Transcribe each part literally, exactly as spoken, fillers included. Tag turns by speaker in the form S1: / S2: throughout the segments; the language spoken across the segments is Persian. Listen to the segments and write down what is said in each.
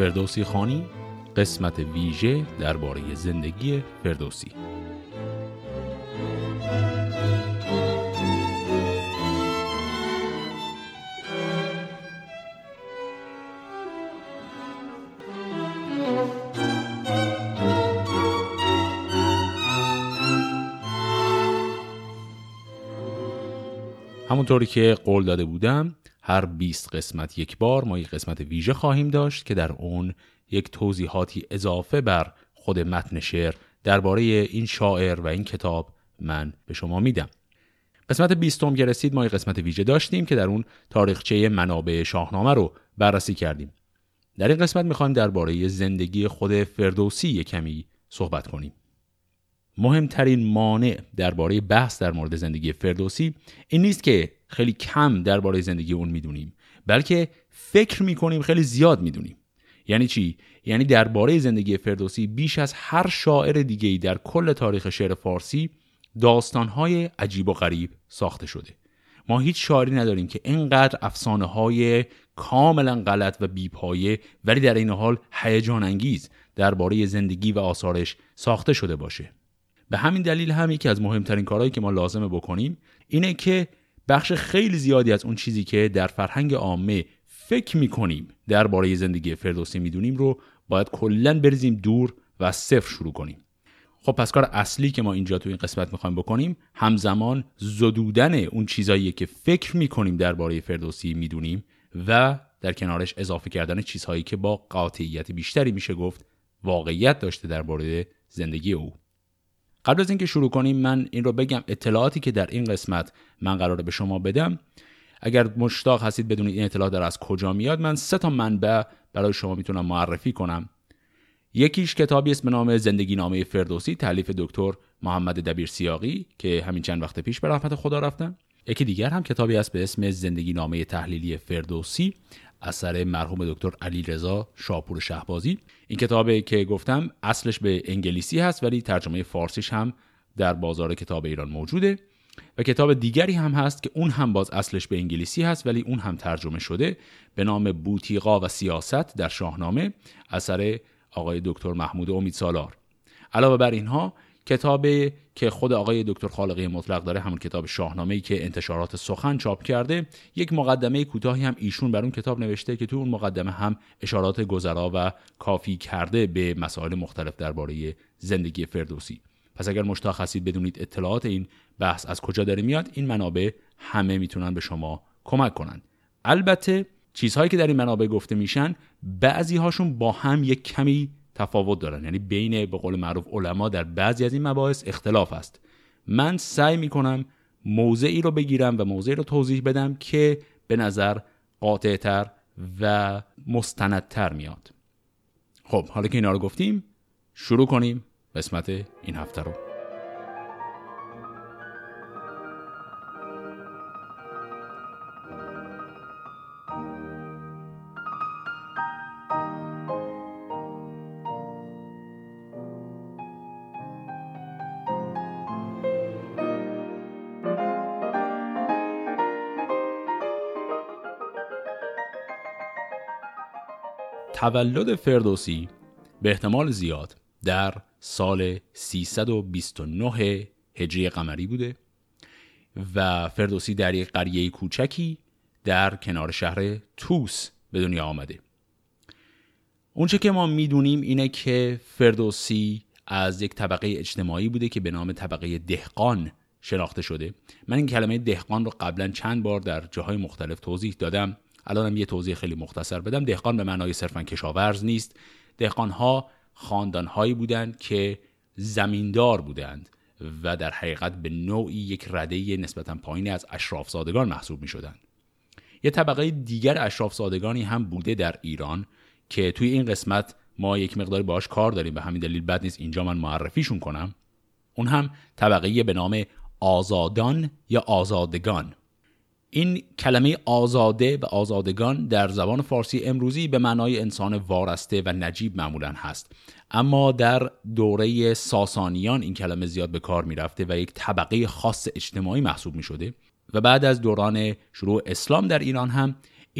S1: فردوسی خانی، قسمت ویژه درباره زندگی فردوسی. همونطوری که قول داده بودم هر بیست قسمت یک بار ما یک قسمت ویژه خواهیم داشت که در اون یک توضیحاتی اضافه بر خود متن شعر درباره این شاعر و این کتاب من به شما میدم. قسمت بیستم که رسید ما یک قسمت ویژه داشتیم که در اون تاریخچه منابع شاهنامه رو بررسی کردیم. در این قسمت میخوایم درباره زندگی خود فردوسی یک کمی صحبت کنیم. مهمترین مانع درباره بحث در مورد زندگی فردوسی این نیست که خیلی کم درباره زندگی اون میدونیم، بلکه فکر میکنیم خیلی زیاد میدونیم. یعنی چی؟ یعنی درباره زندگی فردوسی بیش از هر شاعر دیگه‌ای در کل تاریخ شعر فارسی داستان‌های عجیب و غریب ساخته شده. ما هیچ شاعری نداریم که اینقدر افسانه‌های کاملا غلط و بی‌پایه ولی در این حال هیجان انگیز درباره زندگی و آثارش ساخته شده باشه. به همین دلیل هم یکی از مهمترین کارهایی که ما لازمه بکنیم اینه که بخش خیلی زیادی از اون چیزی که در فرهنگ عامه فکر میکنیم درباره زندگی فردوسی میدونیم رو باید کلاً بریزیم دور و از صفر شروع کنیم. خب پس کار اصلی که ما اینجا تو این قسمت میخوایم بکنیم همزمان زدودن اون چیزایی که فکر میکنیم درباره فردوسی میدونیم و در کنارش اضافه کردن چیزهایی که با قاطعیت بیشتری میشه گفت واقعیت داشته درباره زندگی او. قبل از اینکه شروع کنیم من این رو بگم اطلاعاتی که در این قسمت من قراره به شما بدم، اگر مشتاق هستید بدونید این اطلاعات در از کجا میاد، من سه تا منبع برای شما میتونم معرفی کنم. یکیش کتابی است به نام زندگی نامه فردوسی تالیف دکتر محمد دبیرسیاقی که همین چند وقت پیش به رحمت خدا رفتن. یکی دیگر هم کتابی است به اسم زندگی نامه تحلیلی فردوسی اثر مرحوم دکتر علیرضا شاپور شهبازی. این کتابی که گفتم اصلش به انگلیسی هست ولی ترجمه فارسیش هم در بازار کتاب ایران موجوده و کتاب دیگری هم هست که اون هم باز اصلش به انگلیسی هست ولی اون هم ترجمه شده به نام بوتیقا و سیاست در شاهنامه اثر آقای دکتر محمود امیدسالار. علاوه بر اینها کتابی که خود آقای دکتر خالقی مطلق داره، همون کتاب شاهنامه‌ای که انتشارات سخن چاپ کرده، یک مقدمه کوتاهی هم ایشون بر اون کتاب نوشته که تو اون مقدمه هم اشارات گذرا و کافی کرده به مسائل مختلف درباره زندگی فردوسی. پس اگر مشتاق هستید بدونید اطلاعات این بحث از کجا داره میاد، این منابع همه میتونن به شما کمک کنن. البته چیزهایی که در این منابع گفته میشن بعضی هاشون با هم یک کمی تفاوت دارن، یعنی بین به قول معروف علما در بعضی از این مباحث اختلاف است. من سعی میکنم موضعی رو بگیرم و موضعی رو توضیح بدم که به نظر قاطع‌تر و مستندتر میاد. خب حالا که اینا رو گفتیم شروع کنیم قسمت این هفته رو. تولد فردوسی به احتمال زیاد در سال سیصد و بیست و نه هجری قمری بوده و فردوسی در یک قریه کوچکی در کنار شهر توس به دنیا آمده. اونچه که ما میدونیم اینه که فردوسی از یک طبقه اجتماعی بوده که به نام طبقه دهقان شناخته شده. من این کلمه دهقان رو قبلا چند بار در جاهای مختلف توضیح دادم، الانم یه توضیح خیلی مختصر بدم. دهقان به معنای صرفاً کشاورز نیست. دهقان‌ها خاندان‌هایی بودند که زمیندار بودند و در حقیقت به نوعی یک رده نسبتاً پایینی از اشرافزادگان محسوب می‌شدند. یه طبقه دیگر اشرافزادگانی هم بوده در ایران که توی این قسمت ما یک مقداری باهاش کار داریم، به همین دلیل بد نیست اینجا من معرفیشون کنم. اون هم طبقه به نام آزادان یا آزادگان. این کلمه آزاده و آزادگان در زبان فارسی امروزی به معنای انسان وارسته و نجیب معمولاً هست، اما در دوره ساسانیان این کلمه زیاد به کار می رفته و یک طبقه خاص اجتماعی محسوب می شده و بعد از دوران شروع اسلام در ایران هم این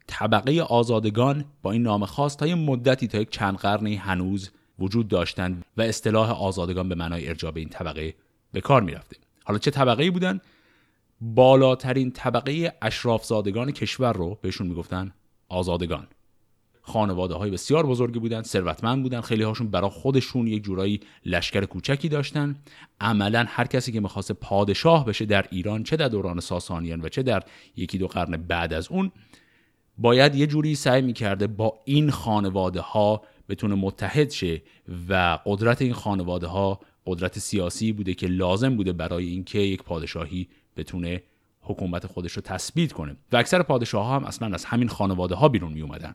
S1: طبقه آزادگان با این نام خاص تا یه مدتی، تا یک چند قرنی هنوز وجود داشتن و اصطلاح آزادگان به معنای ارجاع به این طبقه به کار میرفته. حالا چه طبقه‌ای بودن؟ بالاترین طبقه اشرافزادگان کشور رو بهشون میگفتن آزادگان. خانواده‌های بسیار بزرگی بودن، ثروتمند بودن، خیلی هاشون برای خودشون یک جورایی لشکر کوچکی داشتن. عملاً هر کسی که می‌خواسته پادشاه بشه در ایران، چه در دوران ساسانیان و چه در یکی دو قرن بعد از اون، باید یه جوری سعی می‌کرده با این خانواده‌ها بتونه متحد شه و قدرت این خانواده‌ها قدرت سیاسی بوده که لازم بوده برای اینکه یک پادشاهی بتونه حکومت خودش رو تثبیت کنه. و اکثر پادشاه‌ها هم اصلاً از همین خانواده‌ها بیرون می‌اومدن.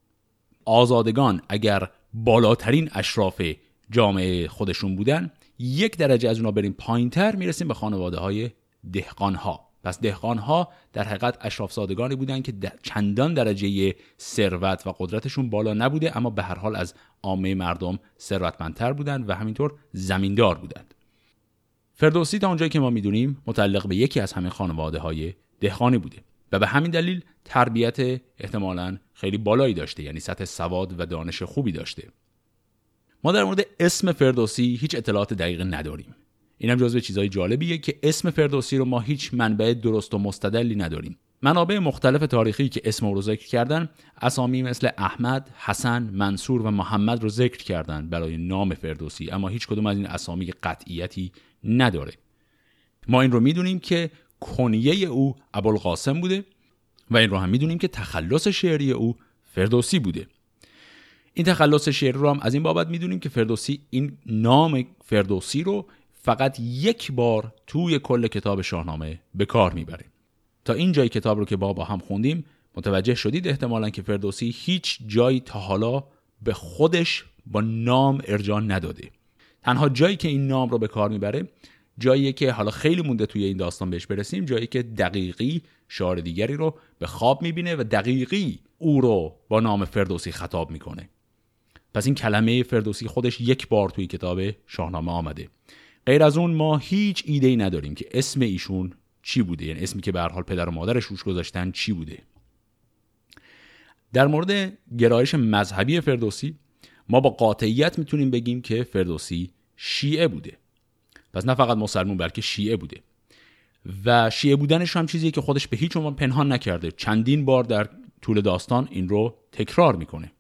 S1: آزادگان اگر بالاترین اشراف جامعه خودشون بودن، یک درجه از اونا بریم پایین‌تر میرسیم به خانواده‌های دهقان‌ها. پس دهقان‌ها در حقیقت اشرافزادگانی بودن که چندان درجه ثروت و قدرتشون بالا نبوده، اما به هر حال از عامه مردم ثروتمندتر بودن و همینطور زمیندار بودند. فردوسی تا اونجایی که ما میدونیم متعلق به یکی از همین خانواده‌های دهقانی بوده و به همین دلیل تربیت احتمالاً خیلی بالایی داشته، یعنی سطح سواد و دانش خوبی داشته. ما در مورد اسم فردوسی هیچ اطلاعات دقیق نداریم. اینم جزو چیزای جالبیه که اسم فردوسی رو ما هیچ منبع درست و مستدلی نداریم. منابع مختلف تاریخی که اسم رو ذکر کردن، اسامی مثل احمد، حسن، منصور و محمد رو ذکر کردن برای نام فردوسی، اما هیچ کدوم از این اسامی قطعیتی نداره. ما این رو میدونیم که کنیه او ابوالقاسم بوده و این رو هم میدونیم که تخلص شعری او فردوسی بوده. این تخلص شعری رو هم از این بابت میدونیم که فردوسی این نام فردوسی رو فقط یک بار توی کل کتاب شاهنامه به کار میبره. تا این جای کتاب رو که با با هم خوندیم متوجه شدید احتمالاً که فردوسی هیچ جایی تا حالا به خودش با نام ارجاع نداده. تنها جایی که این نام رو به کار میبره جاییه که حالا خیلی مونده توی این داستان بهش برسیم، جایی که دقیقی شاعر دیگری رو به خواب میبینه و دقیقی او رو با نام فردوسی خطاب میکنه. پس این کلمه فردوسی خودش یک بار توی کتاب شاهنامه آمده. غیر از اون ما هیچ ایده‌ای نداریم که اسم ایشون چی بوده، یعنی اسمی که به هر حال پدر و مادرش روش گذاشتن چی بوده. در مورد گرایش مذهبی فردوسی ما با قاطعیت میتونیم بگیم که فردوسی شیعه بوده. پس نه فقط مسلمان بلکه شیعه بوده و شیعه بودنش هم چیزیه که خودش به هیچ عنوان پنهان نکرده. چندین بار در طول داستان این رو تکرار میکنه.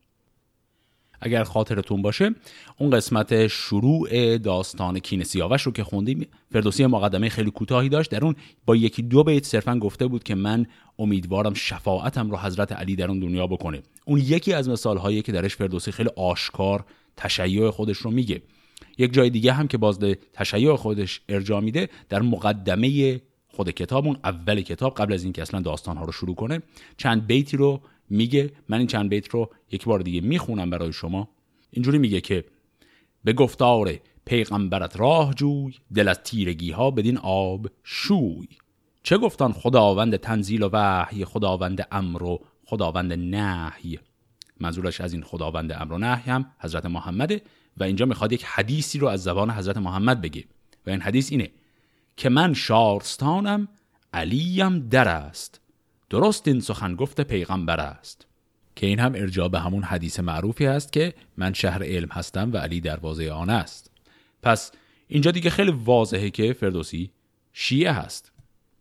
S1: اگر خاطرتون باشه اون قسمت شروع داستان کینه سیاوش رو که خوندیم، فردوسی مقدمه خیلی کوتاهی داشت. در اون با یکی دو بیت صرفا گفته بود که من امیدوارم شفاعتم رو حضرت علی در اون دنیا بکنه. اون یکی از مثالهایی که درش فردوسی خیلی آشکار تشیع خودش رو میگه. یک جای دیگه هم که باز به تشیع خودش ارجاع میده، در مقدمه خود کتاب، اون اول کتاب قبل از اینکه اصلا داستان‌ها رو شروع کنه، چند بیتی رو میگه. من این چند بیت رو یک بار دیگه میخونم برای شما. اینجوری میگه که به گفتار پیغمبرت راه جوی، دل از تیرگی ها بدین آب شوی. چه گفتان خداوند تنزیل و وحی، خداوند امر و خداوند نهی. منظورش از این خداوند امر و نهی هم حضرت محمده و اینجا میخواد یک حدیثی رو از زبان حضرت محمد بگه و این حدیث اینه که من شارستانم علیم در است، درست این سخن گفته پیغمبر است. که این هم ارجاع به همون حدیث معروفی هست که من شهر علم هستم و علی دروازه آن است. پس اینجا دیگه خیلی واضحه که فردوسی شیعه هست.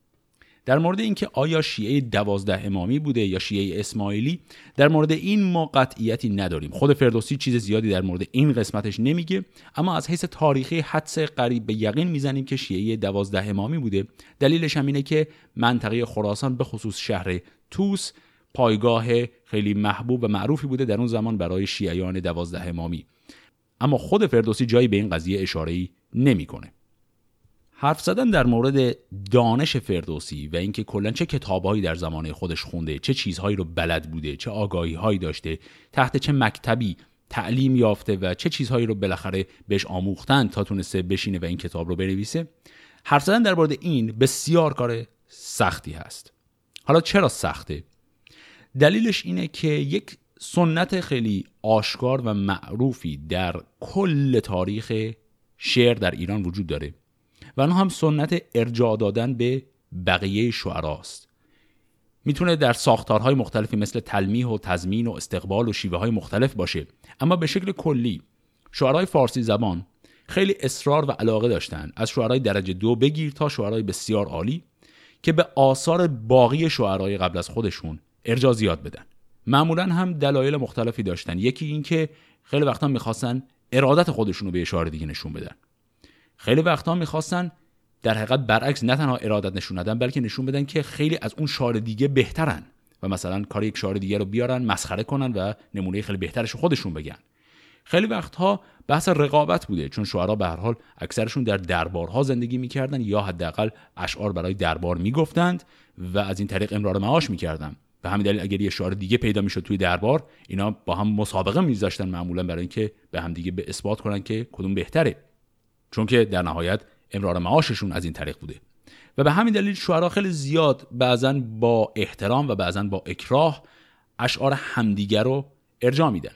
S1: در مورد اینکه آیا شیعه دوازده امامی بوده یا شیعه اسماعیلی، در مورد این ما قطعیتی نداریم. خود فردوسی چیز زیادی در مورد این قسمتش نمیگه، اما از حیث تاریخی حدس قریب به یقین میزنیم که شیعه دوازده امامی بوده. دلیلش هم اینه که منطقه خراسان به خصوص شهر توس پایگاه خیلی محبوب و معروفی بوده در اون زمان برای شیعیان دوازده امامی. اما خود فردوسی جایی به این قضیه اشاره‌ای نمیکنه. حرف زدن در مورد دانش فردوسی و اینکه کلاً چه کتابایی در زمانه خودش خونده، چه چیزهایی رو بلد بوده، چه آگاهی‌هایی داشته، تحت چه مکتبی تعلیم یافته و چه چیزهایی رو بالاخره بهش آموختن تا تونسته بشینه و این کتاب رو بنویسه، حرف زدن در مورد این بسیار کار سختی هست. حالا چرا سخته؟ دلیلش اینه که یک سنت خیلی آشکار و معروفی در کل تاریخ شعر در ایران وجود داره و اون هم سنت ارجاع دادن به بقیه شعراست. میتونه در ساختارهای مختلفی مثل تلمیح و تضمین و استقبال و شیوه های مختلف باشه، اما به شکل کلی شعرهای فارسی زبان خیلی اصرار و علاقه داشتن، از شعرهای درجه دو بگیر تا شعرهای بسیار عالی، که به آثار باقی شعرهای قبل از خودشون ارجاع زیاد بدن. معمولا هم دلایل مختلفی داشتن. یکی این که خیلی وقتا میخواستن ارادت خودشون رو به شاعر دیگه نشون بدن. خیلی وقتا میخواستن در حقیقت برعکس نه تنها ارادت نشون دادن، بلکه نشون بدن که خیلی از اون شاعر دیگه بهترن و مثلا کار یک شاعر دیگه رو بیارن مسخره کنن و نمونه خیلی بهترش رو خودشون بگن. خیلی وقتها بحث رقابت بوده، چون شعرا به هر حال اکثرشون در دربارها زندگی میکردن یا حداقل اشعار برای دربار میگفتند و از این طریق امرار معاش میکردن. به همین دلیل اگر یه شاعر دیگه پیدا میشد توی دربار، اینا با هم مسابقه میذاشتن معمولا برای اینکه به هم دیگه به اثبات کنن که کدوم بهتره، چون که در نهایت امرار معاششون از این طریق بوده. و به همین دلیل شعرا خیلی زیاد بعضن با احترام و بعضن با اکراه اشعار همدیگر رو ارجاع میدن.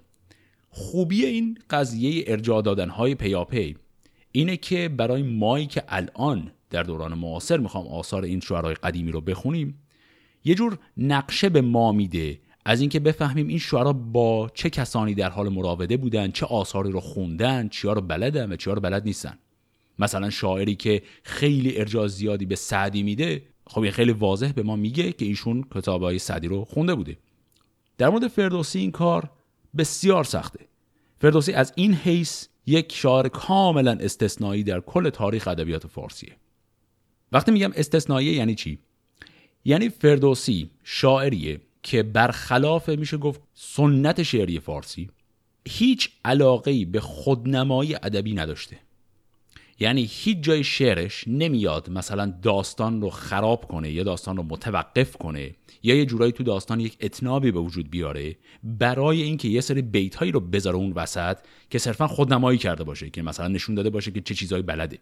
S1: خوبی این قضیه ارجاع دادن‌های پیاپی اینه که برای مایی که الان در دوران معاصر میخوام آثار این شعرهای قدیمی رو بخونیم، یه جور نقشه به ما میده از اینکه بفهمیم این شعرا با چه کسانی در حال مراوده بودن، چه آثاری رو خوندن، چیا رو بلدن و چیا رو بلد نیستن. مثلا شاعری که خیلی ارجاع زیادی به سعدی میده، خب این خیلی واضح به ما میگه که ایشون کتابای سعدی رو خونده بوده. در مورد فردوسی این کار بسیار سخته. فردوسی از این حیث یک شاعر کاملا استثنایی در کل تاریخ ادبیات فارسیه. وقتی میگم استثنایی یعنی چی؟ یعنی فردوسی شاعریه که برخلاف میشه گفت سنت شعری فارسی هیچ علاقه‌ای به خودنمایی ادبی نداشته. یعنی هیچ جای شعرش نمیاد مثلا داستان رو خراب کنه یا داستان رو متوقف کنه یا یه جورایی تو داستان یک اتنابی به وجود بیاره برای اینکه یه سری بیتایی رو بذاره اون وسط که صرفا خودنمایی کرده باشه، که مثلا نشون داده باشه که چه چیزایی بلده.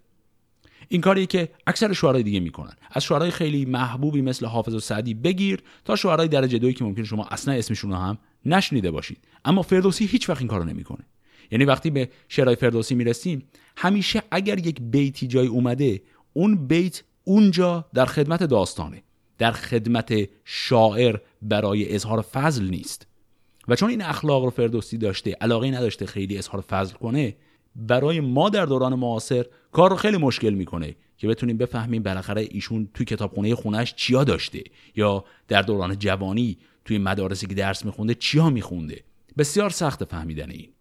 S1: این کاریه که اکثر شعرای دیگه میکنن، از شعرای خیلی محبوبی مثل حافظ و سعدی بگیر تا شعرای درجه دویی که ممکن شما اصلا اسمشون رو هم نشنیده باشید. اما فردوسی هیچ وقت این کارو نمیکنه. یعنی وقتی به شعرهای فردوسی میرسیم، همیشه اگر یک بیتی جای اومده، اون بیت اونجا در خدمت داستانه، در خدمت شاعر برای اظهار فضل نیست. و چون این اخلاق رو فردوسی داشته، علاقه نداشته خیلی اظهار فضل کنه، برای ما در دوران معاصر کار رو خیلی مشکل میکنه که بتونیم بفهمیم بالاخره ایشون توی کتابخونه خونه‌اش چیا داشته، یا در دوران جوانی توی مدارسی که درس میخونده چیا میخونده. بسیار سخت فهمیدن این.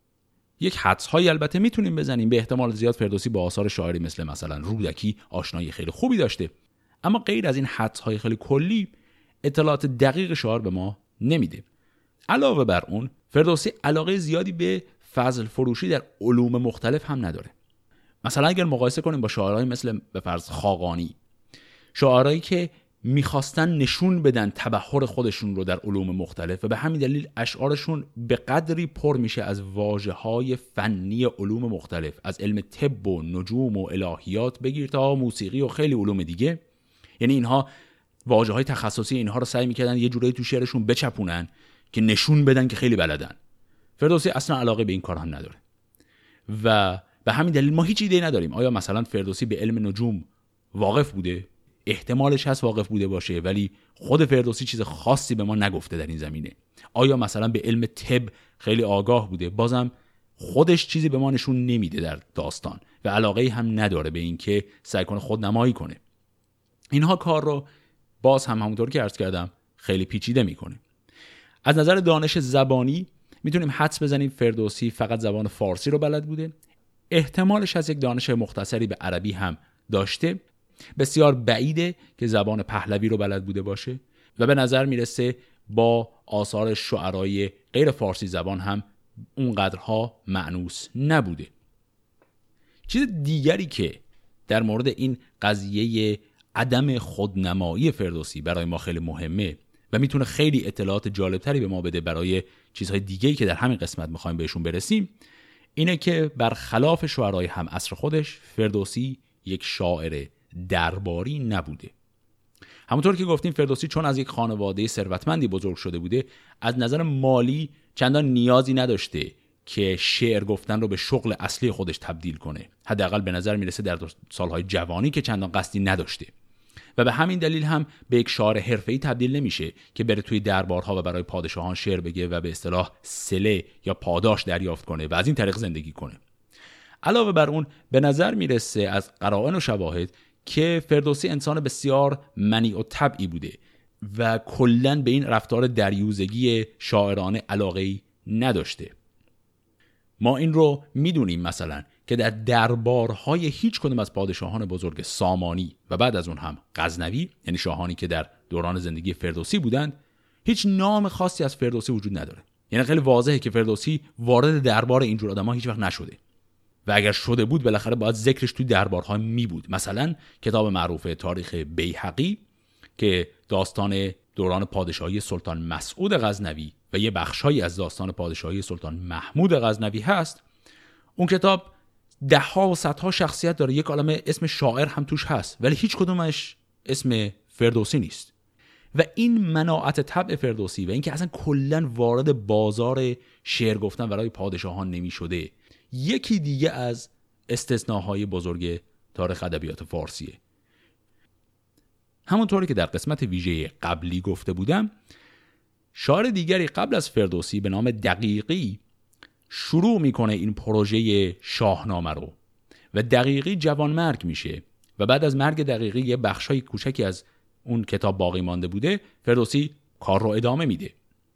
S1: یک حدس‌هایی البته میتونیم بزنیم، به احتمال زیاد فردوسی با آثار شاعری مثل مثلا رودکی آشنایی خیلی خوبی داشته، اما غیر از این حدس‌های خیلی کلی اطلاعات دقیق شاعر به ما نمیده. علاوه بر اون فردوسی علاقه زیادی به فضل فروشی در علوم مختلف هم نداره. مثلا اگر مقایسه کنیم با شاعرای مثل به فرض خاقانی، شاعرایی که میخواستن نشون بدن تبحر خودشون رو در علوم مختلف و به همین دلیل اشعارشون به قدری پر میشه از واژه‌های فنی علوم مختلف، از علم طب و نجوم و الهیات بگیر تا موسیقی و خیلی علوم دیگه. یعنی اینها واژه‌های تخصصی اینها رو سعی میکردن یه جورایی تو شعرشون بچپونن که نشون بدن که خیلی بلدن. فردوسی اصلا علاقه به این کار هم نداره و به همین دلیل ما هیچ ایده نداریم آیا مثلا فردوسی به علم نجوم واقف بوده؟ احتمالش هست واقف بوده باشه، ولی خود فردوسی چیز خاصی به ما نگفته در این زمینه. آیا مثلا به علم طب خیلی آگاه بوده؟ بازم خودش چیزی به ما نشون نمیده در داستان و علاقه هم نداره به این که سعی کنه خودنمایی کنه. اینها کار رو باز هم همونطور که عرض کردم خیلی پیچیده میکنه. از نظر دانش زبانی میتونیم حدس بزنیم فردوسی فقط زبان فارسی رو بلد بوده. احتمالش از یک دانش مختصری به عربی هم داشته. بسیار بعیده که زبان پهلوی رو بلد بوده باشه و به نظر میرسه با آثار شعرای غیر فارسی زبان هم اونقدرها مأنوس نبوده. چیز دیگری که در مورد این قضیه عدم خودنمایی فردوسی برای ما خیلی مهمه و میتونه خیلی اطلاعات جالبتری به ما بده برای چیزهای دیگه‌ای که در همین قسمت میخوایم بهشون برسیم، اینه که برخلاف شعرهای هم عصر خودش، فردوسی یک شاعر درباری نبوده. همونطور که گفتیم فردوسی چون از یک خانواده ثروتمندی بزرگ شده بوده، از نظر مالی چندان نیازی نداشته که شعر گفتن رو به شغل اصلی خودش تبدیل کنه. حداقل به نظر میرسه در سالهای جوانی که چندان قصدی نداشته. و به همین دلیل هم به یک شاعر حرفه‌ای تبدیل نمیشه که بره توی دربارها و برای پادشاهان شعر بگه و به اصطلاح صله یا پاداش دریافت کنه و از این طریق زندگی کنه. علاوه بر اون به نظر میرسه از قرائن و شواهد که فردوسی انسان بسیار منیع و طبعی بوده و کلاً به این رفتار دریوزگی شاعرانه علاقه‌ای نداشته. ما این رو میدونیم مثلا که در دربارهای هیچ کدوم از پادشاهان بزرگ سامانی و بعد از اون هم غزنوی، یعنی شاهانی که در دوران زندگی فردوسی بودند، هیچ نام خاصی از فردوسی وجود نداره. یعنی خیلی واضحه که فردوسی وارد دربار اینجور آدم‌ها هیچ وقت نشده و اگر شده بود بالاخره باید ذکرش توی دربارها می بود. مثلا کتاب معروف تاریخ بیهقی که داستان دوران پادشاهی سلطان مسعود غزنوی و یه بخشایی از داستان پادشاهی سلطان محمود غزنوی هست، اون کتاب ده ها و صدها شخصیت داره، یک عالمه اسم شاعر هم توش هست، ولی هیچ کدومش اسم فردوسی نیست. و این مناعت طبع فردوسی و اینکه اصلا کلا وارد بازار شعر گفتن برای پادشاهان نمی شده یکی دیگه از استثناهای بزرگ تاریخ ادبیات فارسیه. همونطوری که در قسمت ویژه قبلی گفته بودم، شاعر دیگری قبل از فردوسی به نام دقیقی شروع میکنه این پروژه شاهنامه رو و دقیقی جوان مرگ میشه و بعد از مرگ دقیقی یه بخشای کوچکی از اون کتاب باقی مانده بوده، فردوسی کار رو ادامه میده.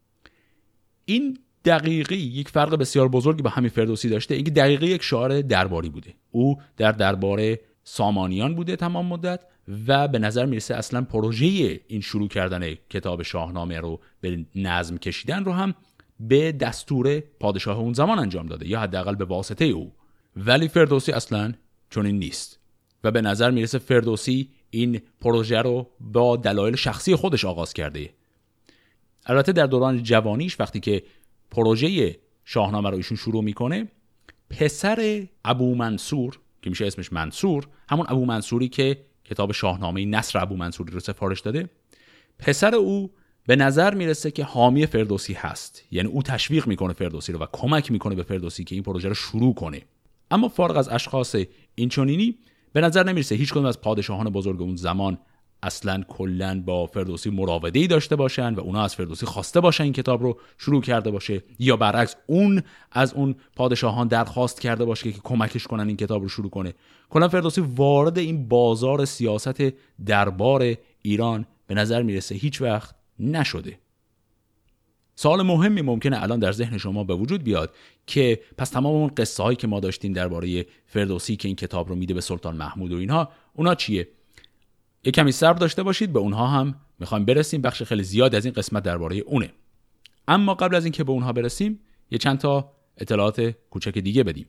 S1: این دقیقی یک فرق بسیار بزرگی با همین فردوسی داشته، اینکه دقیقی یک شاعر درباری بوده. او در دربار سامانیان بوده تمام مدت و به نظر میرسه اصلا پروژه این شروع کردن کتاب شاهنامه رو به نظم کشیدن رو هم به دستور پادشاه اون زمان انجام داده یا حداقل به واسطه او. ولی فردوسی اصلا چنین نیست و به نظر میرسه فردوسی این پروژه رو با دلایل شخصی خودش آغاز کرده. البته در دوران جوانیش وقتی که پروژه شاهنامه رو ایشون شروع میکنه، پسر ابو منصور که میشه اسمش منصور، همون ابو منصوری که کتاب شاهنامه نصر ابو منصوری رو سفارش داده، پسر او به نظر میرسه که حامی فردوسی هست. یعنی او تشویق میکنه فردوسی رو و کمک میکنه به فردوسی که این پروژه رو شروع کنه. اما فارغ از اشخاص اینچنینی به نظر نمیرسه هیچ کدوم از پادشاهان بزرگ اون زمان اصلا کلا با فردوسی مراوده‌ای داشته باشن و اونا از فردوسی خواسته باشن این کتاب رو شروع کرده باشه، یا برعکس اون از اون پادشاهان درخواست کرده باشه که کمکش کنن این کتاب رو شروع کنه. کلا فردوسی وارد این بازار سیاست دربار ایران به نظر میرسه هیچ وقت نشده. سوال مهمی ممکنه الان در ذهن شما به وجود بیاد که پس تمام اون قصه هایی که ما داشتیم درباره فردوسی که این کتاب رو میده به سلطان محمود و اینها، اونا چیه؟ یک کمی صبر داشته باشید، به اونها هم میخوایم برسیم. بخش خیلی زیاد از این قسمت درباره اونه. اما قبل از اینکه به اونها برسیم یه چند تا اطلاعات کوچک دیگه بدیم.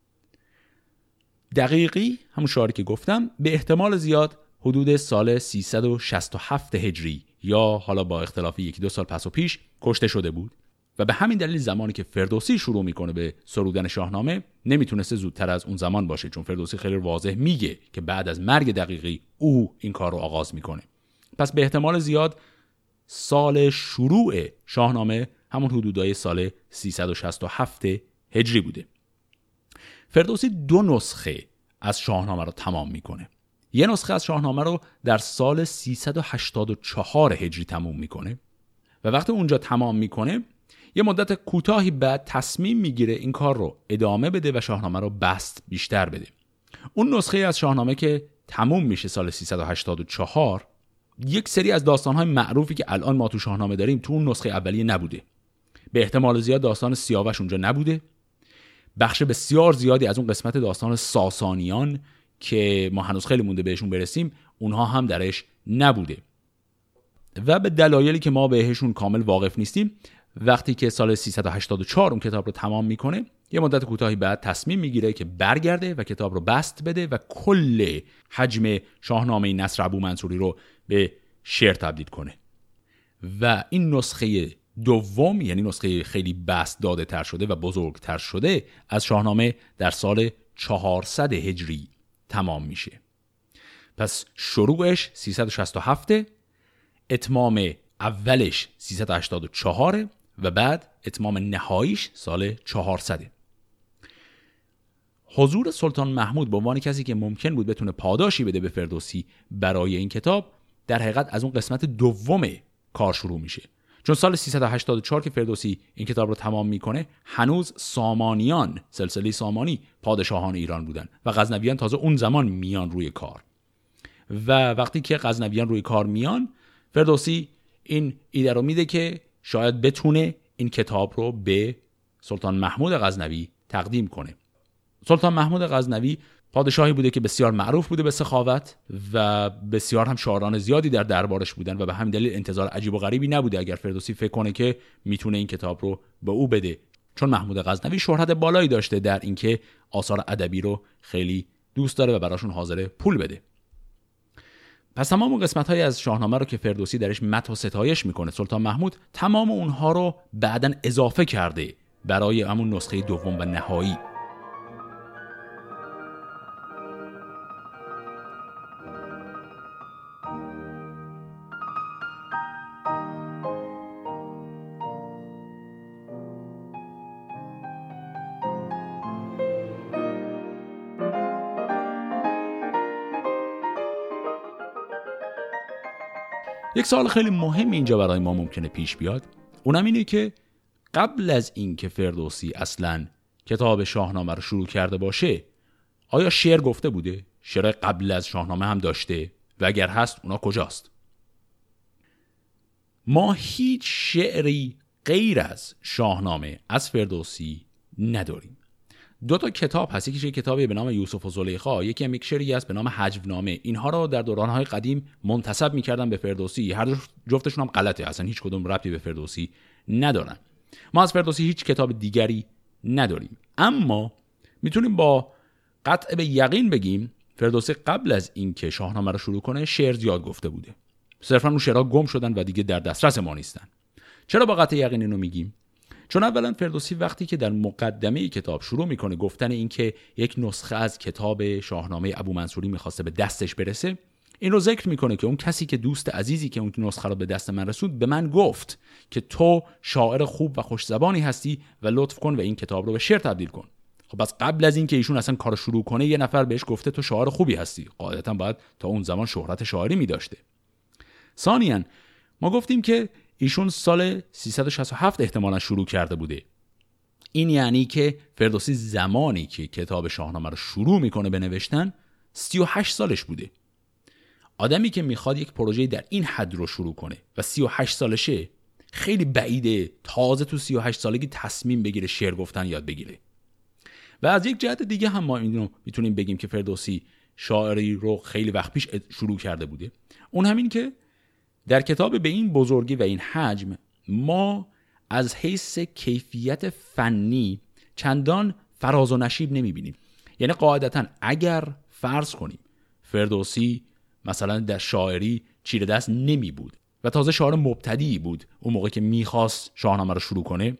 S1: دقیقی همون شعاری که گفتم به احتمال زیاد حدود سال سیصد و شصت و هفت هجری یا حالا با اختلاف یکی دو سال پس و پیش کشته شده بود و به همین دلیل زمانی که فردوسی شروع میکنه به سرودن شاهنامه نمیتونسته زودتر از اون زمان باشه، چون فردوسی خیلی واضح میگه که بعد از مرگ دقیقی او این کار رو آغاز میکنه. پس به احتمال زیاد سال شروع شاهنامه همون حدودای سال سیصد و شصت و هفت هجری بوده. فردوسی دو نسخه از شاهنامه رو تمام میکنه. یه نسخه از شاهنامه رو در سال سیصد و هشتاد و چهار هجری تموم میکنه و وقتی اونجا تمام میکنه یه مدت کوتاهی بعد تصمیم میگیره این کار رو ادامه بده و شاهنامه رو بست بیشتر بده. اون نسخه از شاهنامه که تموم میشه سال سیصد و هشتاد و چهار، یک سری از داستان‌های معروفی که الان ما تو شاهنامه داریم تو اون نسخه اولیه نبوده. به احتمال زیاد داستان سیاوش اونجا نبوده. بخش بسیار زیادی از اون قسمت داستان ساسانیان که ما هنوز خیلی مونده بهشون برسیم اونها هم درش نبوده. و به دلایلی که ما بهشون کامل واقف نیستیم، وقتی که سال سیصد و هشتاد و چهار اون کتاب رو تمام میکنه یه مدت کوتاهی بعد تصمیم میگیره که برگرده و کتاب رو بست بده و کل حجم شاهنامه نصر ابو منصوری رو به شعر تبدیل کنه. و این نسخه دوم، یعنی نسخه خیلی بست داده تر شده و بزرگتر شده از شاهنامه، در سال چهارصد هجری تمام میشه. پس شروعش سیصد و شصت و هفت، اتمام اولش سیصد و هشتاد و چهار و بعد اتمام نهاییش سال چهارصد. حضور سلطان محمود به عنوان کسی که ممکن بود بتونه پاداشی بده به فردوسی برای این کتاب در حقیقت از اون قسمت دوم کار شروع میشه. چون سال سیصد و هشتاد و چهار که فردوسی این کتاب رو تمام میکنه هنوز سامانیان، سلسله سامانی پادشاهان ایران بودن و غزنویان تازه اون زمان میان روی کار. و وقتی که غزنویان روی کار میان، فردوسی این ایده رو میده که شاید بتونه این کتاب رو به سلطان محمود غزنوی تقدیم کنه. سلطان محمود غزنوی پادشاهی بوده که بسیار معروف بوده به سخاوت و بسیار هم شاعران زیادی در دربارش بودن و به همین دلیل انتظار عجیب و غریبی نبوده اگر فردوسی فکر کنه که میتونه این کتاب رو به او بده، چون محمود غزنوی شهرت بالایی داشته در اینکه آثار ادبی رو خیلی دوست داره و براشون حاضره پول بده. پس تمام قسمت‌های از شاهنامه رو که فردوسی درش مدح و ستایش میکنه، سلطان محمود تمام اونها رو بعداً اضافه کرده برای همون نسخه دوم و نهایی. یک سوال خیلی مهم اینجا برای ما ممکنه پیش بیاد، اونم اینه که قبل از این که فردوسی اصلاً کتاب شاهنامه رو شروع کرده باشه، آیا شعر گفته بوده؟ شعر قبل از شاهنامه هم داشته؟ و اگر هست اونا کجاست؟ ما هیچ شعری غیر از شاهنامه از فردوسی نداریم. دو تا کتاب هست، یکیش یک کتابی به نام یوسف و زلیخا، یکی هم یک شعری هست به نام هجونامه. اینها رو در دوران‌های قدیم منتسب می‌کردن به فردوسی. هر جفتشون هم غلطه، اصلا هیچ کدوم ربطی به فردوسی ندارن. ما از فردوسی هیچ کتاب دیگری نداریم، اما میتونیم با قطع به یقین بگیم فردوسی قبل از اینکه شاهنامه رو شروع کنه شعر زیاد گفته بوده. صرفاً اون شعرها گم شدن و دیگه در دسترس ما نیستن. چرا با قطع یقین اینو میگیم؟ چون اولا فردوسی وقتی که در مقدمه کتاب شروع میکنه گفتن این که یک نسخه از کتاب شاهنامه ابومنصوری میخواسته به دستش برسه، این رو ذکر میکنه که اون کسی که دوست عزیزی که اون نسخه رو به دست من رسوند به من گفت که تو شاعر خوب و خوش زبانی هستی و لطف کن و این کتاب رو به شعر تبدیل کن. خب بس قبل از این که ایشون اصلا کارو شروع کنه یه نفر بهش گفته تو شاعر خوبی هستی، قاعدتا باید تا اون زمان شهرت شاعری میداشته. ثانیاً ما گفتیم که ایشون سال سیصد و شصت و هفت احتمالاً شروع کرده بوده. این یعنی که فردوسی زمانی که کتاب شاهنامه رو شروع میکنه به نوشتن سی و هشت سالش بوده. آدمی که میخواد یک پروژه در این حد رو شروع کنه و سی و هشت سالشه، خیلی بعیده تازه تو سی و هشت سالگی تصمیم بگیره شعر گفتن یاد بگیره. و از یک جهت دیگه هم ما اینو میتونیم بگیم که فردوسی شاعری رو خیلی وقت پیش شروع کرده بوده. اون همین که در کتاب به این بزرگی و این حجم ما از حیث کیفیت فنی چندان فراز و نشیب نمیبینیم. یعنی قاعدتا اگر فرض کنیم فردوسی مثلا در شاعری چیره دست نمی بود و تازه شاعر مبتدی بود اون موقع که میخواست شاهنامه رو شروع کنه،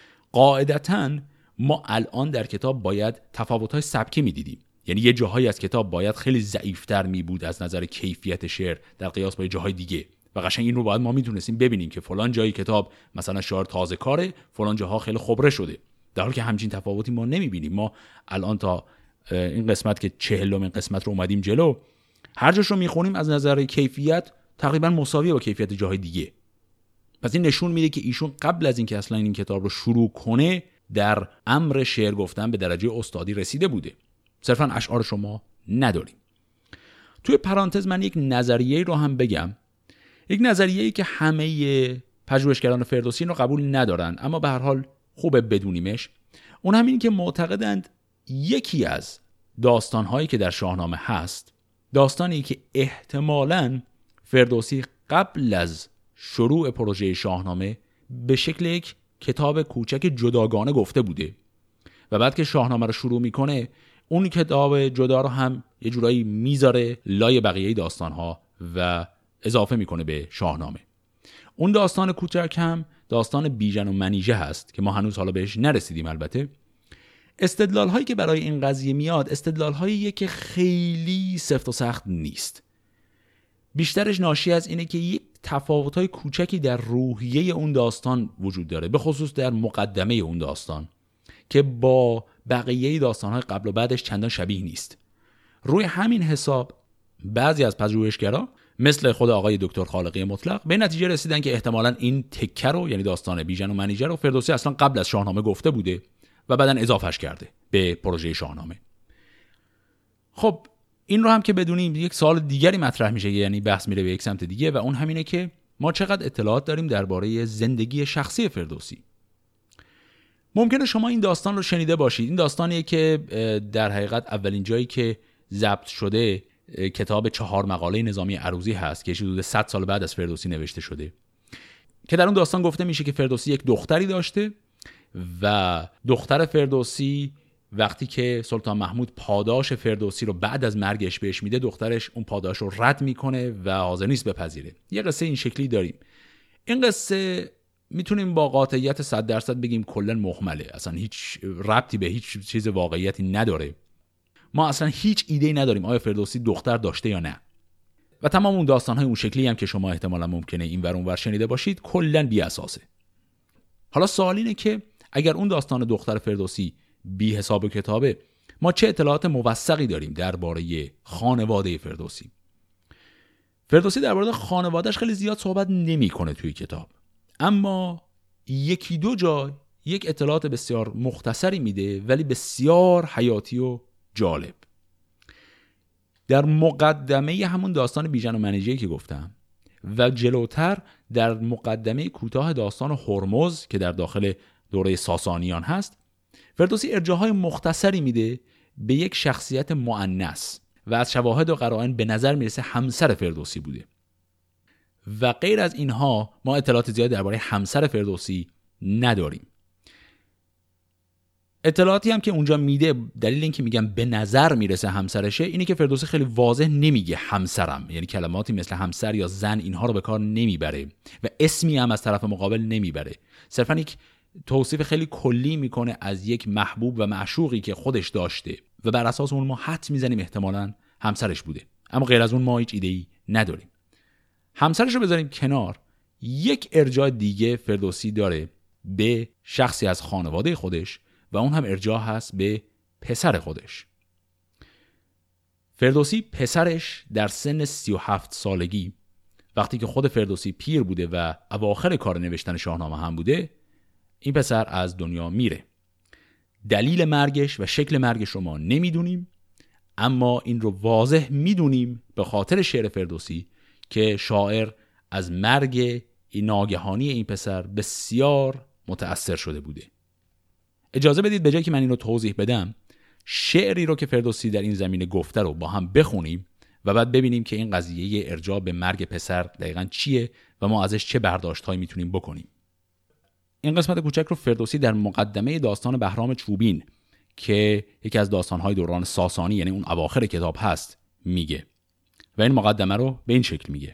S1: قاعدتا ما الان در کتاب باید تفاوت‌های سبکی میدیدیم. یعنی یه جاهایی از کتاب باید خیلی ضعیف‌تر می بود از نظر کیفیت شعر در قیاس با جاهای دیگه و قشنگ این رو باید ما میتونستیم ببینیم که فلان جای کتاب مثلا شعر تازه کاره، فلان جاها خیلی خبره شده، در حالی که همچین تفاوتی ما نمیبینیم. ما الان تا این قسمت که چهلمین قسمت رو اومدیم جلو، هر جاش رو میخونیم از نظر کیفیت تقریبا مساویه با کیفیت جاهای دیگه. پس این نشون میده که ایشون قبل از اینکه اصلا این کتاب رو شروع کنه در امر شعر گفتن به درجه استادی رسیده بوده. صرفا اشعار شما نداریم. توی پرانتز من یک نظریه رو هم بگم، یک نظریه‌ای که همه پژوهشگران فردوسی رو قبول ندارن اما به هر حال خوبه بدونیمش. اون همین که معتقدند یکی از داستان‌هایی که در شاهنامه هست داستانی که احتمالاً فردوسی قبل از شروع پروژه شاهنامه به شکل یک کتاب کوچک جداگانه گفته بوده و بعد که شاهنامه رو شروع میکنه اون کتاب جدا رو هم یه جورایی میذاره لای بقیه داستان‌ها و اضافه میکنه به شاهنامه. اون داستان کوچک هم داستان بیژن و منیژه هست که ما هنوز حالا بهش نرسیدیم. البته استدلال هایی که برای این قضیه میاد استدلال هایی که خیلی سفت و سخت نیست، بیشترش ناشی از اینه که یک تفاوت های کوچکی در روحیه اون داستان وجود داره، به خصوص در مقدمه اون داستان که با بقیه داستان‌های قبل و بعدش چندان شبیه نیست. روی همین حساب بعضی از پژوهشگرا مثل خود آقای دکتر خالقی مطلق به نتیجه رسیدن که احتمالاً این تکه رو، یعنی داستان بیژن و منیژه رو، فردوسی اصلا قبل از شاهنامه گفته بوده و بعدن اضافهش کرده به پروژه شاهنامه. خب این رو هم که بدونیم، یک سوال دیگری مطرح میشه، یعنی بحث میره به یک سمت دیگه و اون همینه که ما چقدر اطلاعات داریم درباره زندگی شخصی فردوسی. ممکنه شما این داستان رو شنیده باشید. این داستانیه که در حقیقت اولین جایی که ضبط شده کتاب چهار مقاله نظامی عروضی هست که حدود صد سال بعد از فردوسی نوشته شده، که در اون داستان گفته میشه که فردوسی یک دختری داشته و دختر فردوسی وقتی که سلطان محمود پاداش فردوسی رو بعد از مرگش بهش میده، دخترش اون پاداش رو رد میکنه و حاضر نیست بپذیره. یه قصه این شکلی داریم. این قصه میتونیم با قاطعیت صد درصد بگیم کلا مهمله، اصلا هیچ ربطی به هیچ چیز واقعیتی نداره. ما اصلا هیچ ایده‌ای نداریم آیا فردوسی دختر داشته یا نه. و تمام اون داستان‌های اون شکلی هم که شما احتمالاً ممکنه این ور اون ور شنیده باشید کلا بی اساسه. حالا سوال اینه که اگر اون داستان دختر فردوسی بی حساب و کتابه، ما چه اطلاعات موثقی داریم درباره خانواده فردوسی؟ فردوسی درباره خانواده‌اش خیلی زیاد صحبت نمی‌کنه توی کتاب، اما یکی دو جا یک اطلاعات بسیار مختصری میده ولی بسیار حیاتی و جالب. در مقدمه همون داستان بیژن و منیژه‌ای که گفتم و جلوتر در مقدمه کوتاه داستان هرمز که در داخل دوره ساسانیان هست، فردوسی ارجاهای مختصری میده به یک شخصیت مؤنث و از شواهد و قرائن به نظر میرسه همسر فردوسی بوده. و غیر از اینها ما اطلاعات زیاد درباره همسر فردوسی نداریم. اطلاعاتی هم که اونجا میده، دلیل این که میگم به نظر میرسه همسرشه، اینه که فردوسی خیلی واضح نمیگه همسرم، یعنی کلماتی مثل همسر یا زن اینها رو به کار نمیبره و اسمی هم از طرف مقابل نمیبره. صرفا یک توصیف خیلی کلی میکنه از یک محبوب و معشوقی که خودش داشته و بر اساس اون ما حدس میزنیم احتمالاً همسرش بوده، اما غیر از اون ما هیچ ایده‌ای نداریم. همسرش رو بذاریم کنار، یک ارجاع دیگه فردوسی داره به شخصی از خانواده خودش و اون هم ارجاع هست به پسر خودش. فردوسی پسرش در سن سی و هفت سالگی، وقتی که خود فردوسی پیر بوده و اواخر کار نوشتن شاهنامه هم بوده، این پسر از دنیا میره. دلیل مرگش و شکل مرگش رو ما نمیدونیم، اما این رو واضح میدونیم به خاطر شعر فردوسی که شاعر از مرگ ناگهانی این پسر بسیار متأثر شده بوده. اجازه بدید به جای که من این رو توضیح بدم، شعری رو که فردوسی در این زمینه گفته رو با هم بخونیم و بعد ببینیم که این قضیه ارجاع به مرگ پسر دقیقاً چیه و ما ازش چه برداشت‌هایی میتونیم بکنیم. این قسمت کوچک رو فردوسی در مقدمه داستان بهرام چوبین که یکی از داستان‌های دوران ساسانی، یعنی اون اواخر کتاب هست، میگه و این مقدمه رو به این شکل میگه: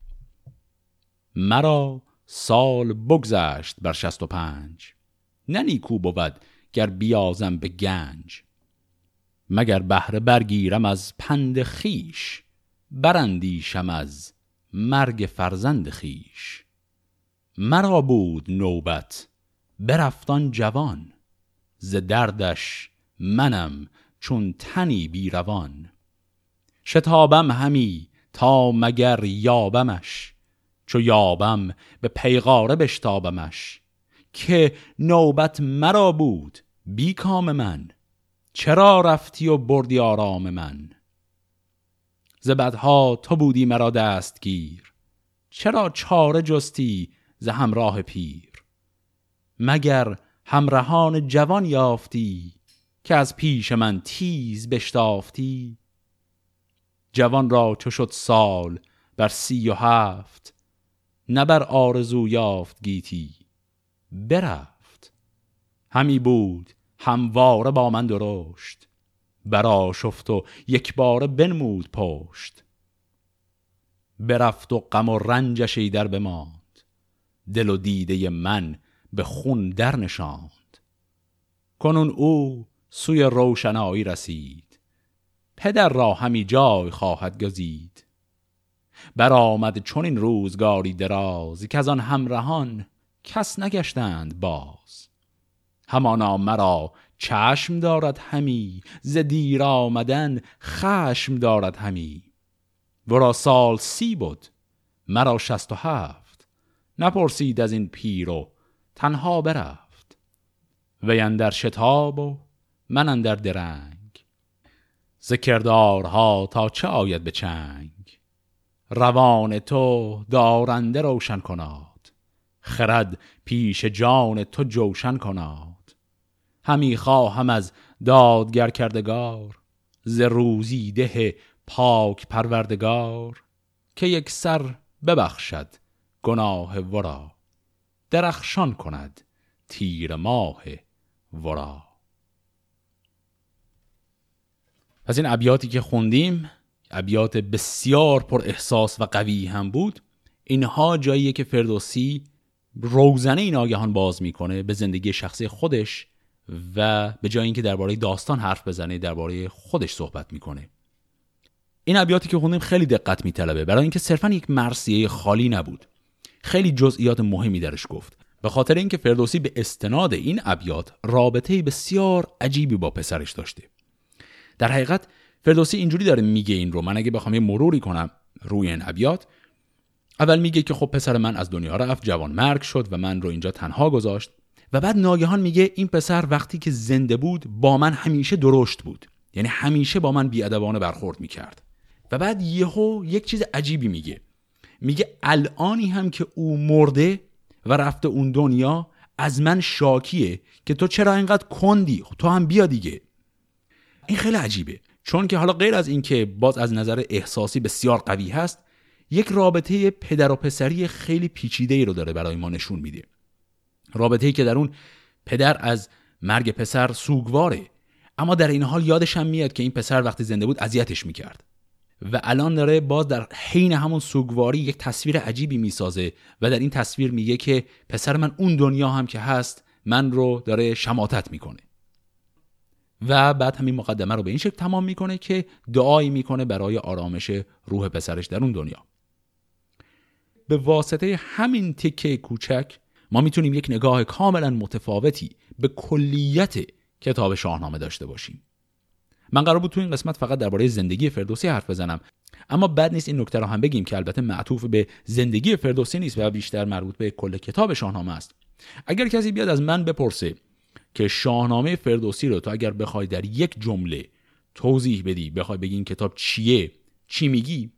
S1: مرا سال بگذشت بر شست و پنج، نه نیکو بود گر بیازم به گنج. مگر بهره برگیرم از پند خیش، برندیشم از مرگ فرزند خیش. مرا بود نوبت برفتان جوان، ز دردش منم چون تنی بیروان. شتابم همی تا مگر یابمش، چو یابم به پیغاره بشتابمش. که نوبت مرا بود بی کام من، چرا رفتی و بردی آرام من. ز بدها تو بودی مرا دستگیر، چرا چاره جستی ز همراه پیر. مگر همراهان جوان یافتی، که از پیش من تیز بشتافتی. جوان را چو شد سال بر سی و هفت، نه بر آرزو یافت گیتی برفت. همی بود همواره با من درشت، برا شفت و یک باره بنمود پشت. برفت و غم و رنجش ایدر بماند، دل و دیده من به خون در نشاند. کنون او سوی روشنایی رسید، پدر را همی جای خواهد گزید. برآمد چون این روزگاری دراز، که از آن همراهان کس نگشتند باز. همانا مرا چشم دارد همی، ز دیر آمدن خشم دارد همی. ورا سال سی بود مرا شست و هفت، نپرسید از این پیر و تنها برفت. وی اندر شتاب و من اندر درنگ، ز کردارها تا چه آید به چنگ. روان تو دارنده روشن کناد، خرد پیش جان تو جوشن کناد. همی خواهم از دادگر کردگار، ز روزی ده پاک پروردگار. که یک سر ببخشد گناه ورا، درخشان کند تیر ماه ورا. پس این ابیاتی که خوندیم ابیات بسیار پر احساس و قوی هم بود. اینها جاییه که فردوسی روزنه این ناگهان باز میکنه به زندگی شخصی خودش و به جای اینکه درباره داستان حرف بزنه درباره خودش صحبت میکنه. این ابیاتی که خوندیم خیلی دقت میطلبه، برای اینکه صرفا یک مرثیه خالی نبود، خیلی جزئیات مهمی درش گفت. به خاطر اینکه فردوسی به استناد این ابیات رابطه‌ای بسیار عجیبی با پسرش داشته. در حقیقت فردوسی اینجوری داره میگه این رو، من اگه بخوام یه مروری کنم روی این ابیات، اول میگه که خب پسر من از دنیا رفت، جوان مرگ شد و من رو اینجا تنها گذاشت، و بعد ناگهان میگه این پسر وقتی که زنده بود با من همیشه درشت بود، یعنی همیشه با من بی‌ادبانه برخورد میکرد. و بعد یهو یک چیز عجیبی میگه، میگه الانی هم که او مرده و رفته اون دنیا از من شاکیه که تو چرا اینقدر کندی، تو هم بیا دیگه. این خیلی عجیبه، چون که حالا غیر از این که باز از نظر احساسی بسیار قوی هست، یک رابطه پدر و پسری خیلی پیچیده‌ای رو داره برای ما نشون میده. رابطه‌ای که در اون پدر از مرگ پسر سوگواره، اما در این حال یادش هم میاد که این پسر وقتی زنده بود اذیتش میکرد و الان داره باز در حین همون سوگواری یک تصویر عجیبی میسازه و در این تصویر میگه که پسر من اون دنیا هم که هست من رو داره شماتت میکنه. و بعد همین مقدمه رو به این شکل تمام میکنه که دعایی میکنه برای آرامش روح پسرش در اون دنیا. به واسطه همین تکه کوچک ما میتونیم یک نگاه کاملا متفاوتی به کلیت کتاب شاهنامه داشته باشیم. من قرار بود تو این قسمت فقط درباره زندگی فردوسی حرف بزنم، اما بد نیست این نکته رو هم بگیم که البته معطوف به زندگی فردوسی نیست و بیشتر مربوط به کل کتاب شاهنامه است. اگر کسی بیاد از من بپرسه که شاهنامه فردوسی رو تو اگر بخوای در یک جمله توضیح بدی، بخوای بگی این کتاب چیه، چی میگی،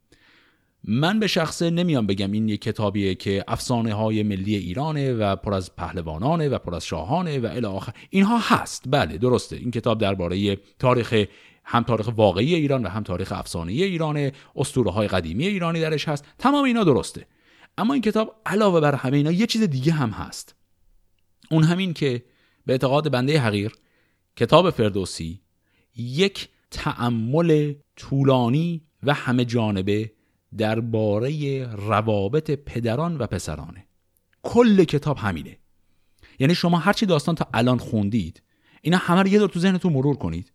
S1: من به شخصه نمیام بگم این یک کتابیه که افسانه های ملی ایرانه و پر از پهلوانانه و پر از شاهانه و الی آخر. اینها هست، بله درسته، این کتاب درباره تاریخ، هم تاریخ واقعی ایران و هم تاریخ افسانه‌ای ایرانه، اسطوره های قدیمی ایرانی درش هست، تمام اینا درسته. اما این کتاب علاوه بر همه اینا یه چیز دیگه هم هست، اون همین که به اعتقاد بنده حقیر کتاب فردوسی یک تأمل طولانی و همه جانبه درباره روابط پدران و پسرانه. کل کتاب همینه. یعنی شما هرچی داستان تا الان خوندید اینا همه رو یه دور تو ذهنتون مرور کنید.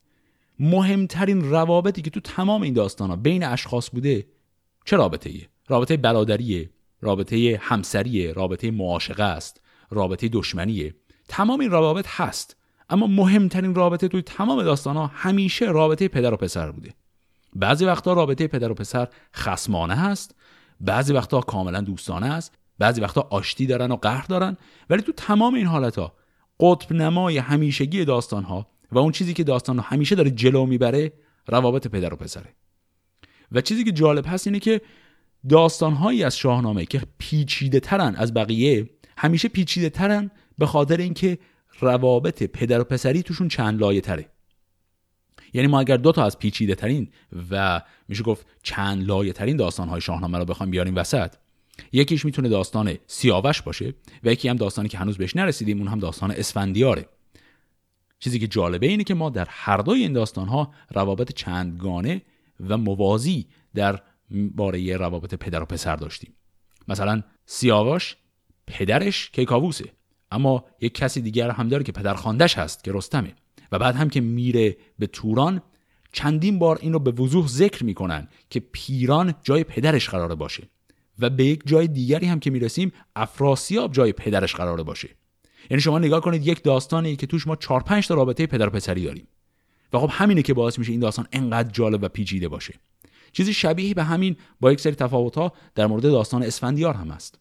S1: مهمترین روابطی که تو تمام این داستانا بین اشخاص بوده چه رابطه‌ایه؟ رابطه برادریه، رابطه همسریه، رابطه معاشقه است، رابطه دشمنیه. تمام این روابط هست، اما مهمترین رابطه توی تمام داستانا همیشه رابطه پدر و پسر بوده. بعضی وقتا رابطه پدر و پسر خصمانه هست، بعضی وقتا کاملا دوستانه است، بعضی وقتا آشتی دارن و قهر دارن، ولی تو تمام این حالتا قطب نمای همیشگی داستانها و اون چیزی که داستانها همیشه داره جلو میبره روابط پدر و پسره. و چیزی که جالب هست اینه که داستانهایی از شاهنامه که پیچیده ترن از بقیه همیشه پیچیده ترن به خاطر اینکه روابط پدر و پسری توشون چند لایه تره. یعنی ما اگر دو تا از پیچیده ترین و میشه گفت چند لایه ترین داستان‌های شاهنامه رو بخوایم بیاریم وسط، یکیش میتونه داستان سیاوش باشه و یکی هم داستانی که هنوز بهش نرسیدیم، اون هم داستان اسفندیاره. چیزی که جالبه اینه که ما در هر دوی این داستان‌ها روابط چندگانه و موازی در باره روابط پدر و پسر داشتیم. مثلا سیاوش پدرش کیکاووسه، اما یک کسی دیگر هم داره که پدرخواندش هست که رستمه. و بعد هم که میره به توران چندین بار این رو به وضوح ذکر میکنن که پیران جای پدرش قراره باشه و به یک جای دیگری هم که میرسیم افراسیاب جای پدرش قراره باشه. یعنی شما نگاه کنید یک داستانی که توش ما چهار پنج تا رابطه پدر و پسری داریم و خب همینه که باعث میشه این داستان انقدر جالب و پیچیده باشه. چیزی شبیه به همین با یک سری تفاوت‌ها در مورد داستان اسفندیار هم هست.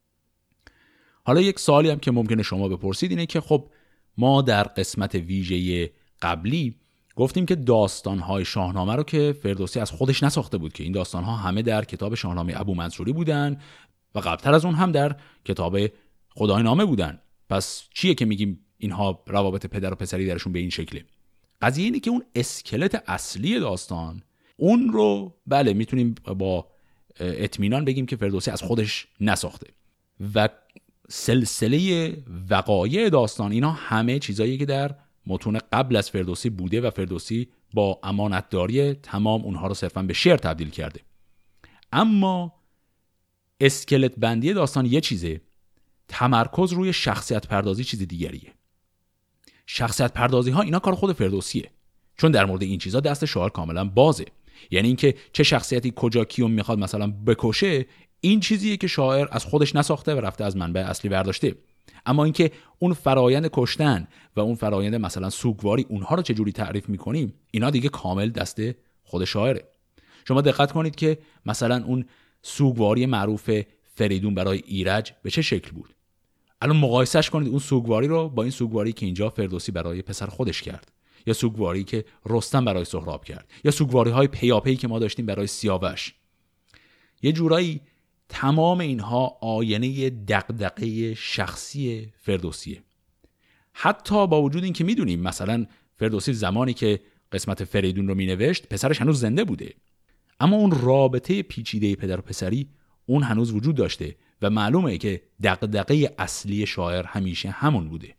S1: حالا یک سوالی هم که ممکنه شما بپرسید اینه که خب ما در قسمت ویژه قبلی گفتیم که داستان‌های شاهنامه رو که فردوسی از خودش نساخته بود، که این داستان‌ها همه در کتاب شاهنامه ابومنصوری بودن و قبلتر از اون هم در کتاب خدای نامه بودن. پس چیه که میگیم اینها روابط پدر و پسری درشون به این شکله؟ قضیه اینه که اون اسکلت اصلی داستان، اون رو بله میتونیم با اطمینان بگیم که فردوسی از خودش نساخته و سلسله وقایع داستان اینا همه چیزایی که در متون قبل از فردوسی بوده و فردوسی با امانتداری تمام اونها رو صرفاً به شعر تبدیل کرده. اما اسکلت بندی داستان یه چیزه، تمرکز روی شخصیت پردازی چیز دیگریه. شخصیت پردازی ها اینا کار خود فردوسیه، چون در مورد این چیزا دست شاعر کاملا بازه. یعنی اینکه چه شخصیتی کجا کیو میخواد مثلا بکشه، این چیزیه که شاعر از خودش نساخته و رفته از منبع اصلی برداشته. اما اینکه اون فرایند کشتن و اون فرایند مثلا سوگواری اونها رو چجوری تعریف میکنیم، اینا دیگه کامل دست خود شاعره. شما دقت کنید که مثلا اون سوگواری معروف فریدون برای ایرج به چه شکل بود. الان مقایسهش کنید اون سوگواری رو با این سوگواری که اینجا فردوسی برای پسر خودش کرد، یا سوگواری که رستم برای سهراب کرد، یا سوگواری های پیاپی که ما داشتیم برای سیاوش. یه جورایی تمام اینها آینه دغدغه شخصی فردوسیه. حتی با وجود این که میدونیم مثلا فردوسی زمانی که قسمت فریدون رو مینوشت پسرش هنوز زنده بوده، اما اون رابطه پیچیده پدر و پسری اون هنوز وجود داشته و معلومه که دغدغه اصلی شاعر همیشه همون بوده.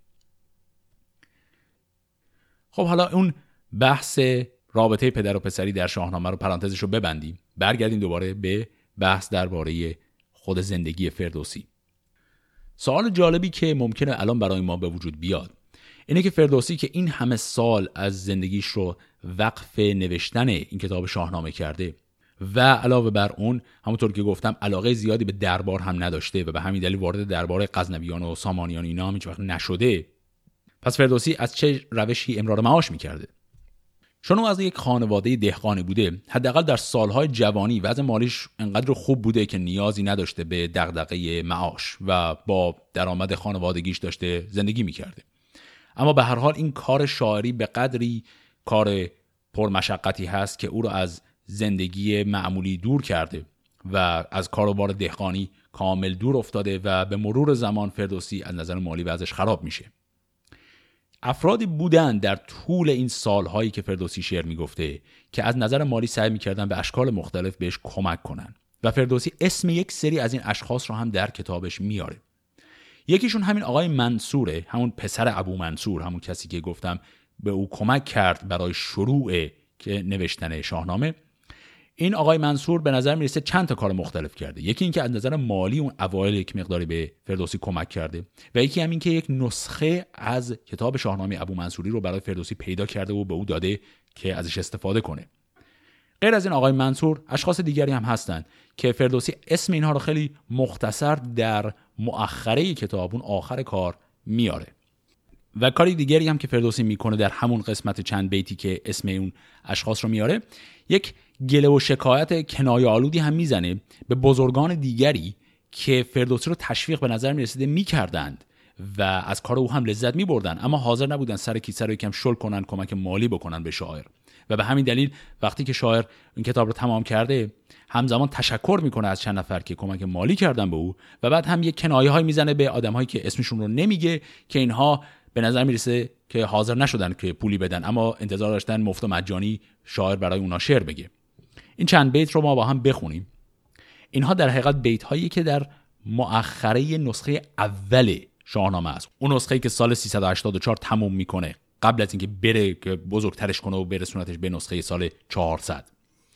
S1: خب حالا اون بحث رابطه پدر و پسری در شاهنامه رو پرانتزش رو ببندیم، برگردیم دوباره به بحث درباره خود زندگی فردوسی. سوال جالبی که ممکنه الان برای ما به وجود بیاد اینه که فردوسی که این همه سال از زندگیش رو وقف نوشتن این کتاب شاهنامه کرده و علاوه بر اون همونطور که گفتم علاقه زیادی به دربار هم نداشته و به همین دلیل وارد دربار غزنویان و سامانیان اینا هم هیچ وقت نشده، پس فردوسی از چه روشی امرار معاش میکرده؟ چون او از یک خانواده دهقانی بوده، حداقل در سالهای جوانی وضع مالیش انقدر خوب بوده که نیازی نداشته به دغدغه معاش و با درآمد خانوادگیش داشته زندگی میکرده. اما به هر حال این کار شاعری به قدری کار پرمشقتی هست که او رو از زندگی معمولی دور کرده و از کاروبار دهقانی کامل دور افتاده و به مرور زمان فردوسی از نظر مالی وضعش خراب میشه. افرادی بودن در طول این سالهایی که فردوسی شعر میگفته که از نظر مالی سعی میکردن به اشکال مختلف بهش کمک کنن و فردوسی اسم یک سری از این اشخاص رو هم در کتابش میاره. یکیشون همین آقای منصوره، همون پسر ابومنصور، همون کسی که گفتم به او کمک کرد برای شروع که نوشتن شاهنامه. این آقای منصور به نظر میرسه چند تا کار مختلف کرده. یکی این که از نظر مالی اون اوایل یک مقداری به فردوسی کمک کرده و یکی هم این که یک نسخه از کتاب شاهنامه ابومنصوری رو برای فردوسی پیدا کرده و به او داده که ازش استفاده کنه. غیر از این آقای منصور اشخاص دیگری هم هستن که فردوسی اسم اینها رو خیلی مختصر در مؤخره کتاب، اون آخر کار میاره. و کاری دیگری هم که فردوسی میکنه در همون قسمت چند بیتی که اسم اون اشخاص رو میاره، یک گله و شکایت کنایه آلودی هم میزنه به بزرگان دیگری که فردوسی رو تشویق به نظر میرسیده میکردند و از کار او هم لذت میبردن، اما حاضر نبودن سر کیسه رو یکم شل کنن، کمک مالی بکنن به شاعر. و به همین دلیل وقتی که شاعر این کتاب رو تمام کرده همزمان تشکر میکنه از چند نفر که کمک مالی کردن به او و بعد هم یک کنایه های میزنه به آدمایی که اسمشون رو نمیگه که اینها به نظر میرسه که حاضر نشدن که پولی بدن، اما انتظار داشتن مفت و مجانی شاعر برای اونا شعر بگه. این چند بیت رو ما با هم بخونیم. اینها در حقیقت بیت هایی که در مؤخره نسخه اول شاهنامه است، اون نسخه‌ای که سال سیصد و هشتاد و چهار تموم میکنه قبل از اینکه بره که بزرگترش کنه و برسونتش به نسخه سال چهارصد.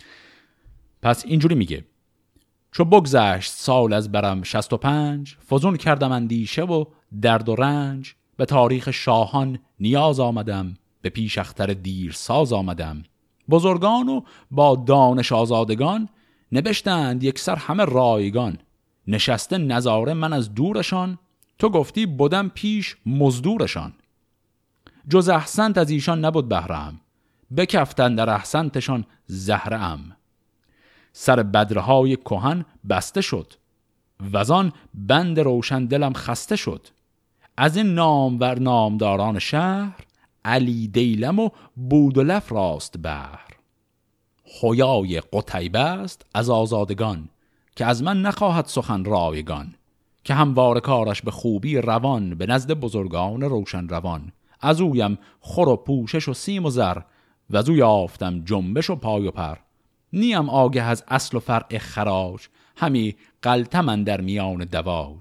S1: پس اینجوری میگه: چو بگذشت سال از برم شصت و پنج، فزون کردم اندیشه و درد و رنج، به تاریخ شاهان نیاز آمدم، به پیش اختر دیر ساز آمدم. بزرگان و با دانش آزادگان، نبشتند یک سر همه رایگان. نشسته نظاره من از دورشان، تو گفتی بودم پیش مزدورشان. جز احسنت از ایشان نبود بهره‌ام، بکفتن در احسنتشان زهره‌ام. سر بدرهای کهن بسته شد، وزان بند روشن دلم خسته شد. از این نام ور نامداران شهر، علی دیلم و بودلف راست بهر. خویای قتیبه است از آزادگان، که از من نخواهد سخن رایگان. که هموار کارش به خوبی روان، به نزد بزرگان روشن روان. از اویم خور و پوشش و سیم و زر، و از او یافتم جنبش و پای و پر. نیم آگه از اصل و فرع خراج، همی غلطه من در میان دواج.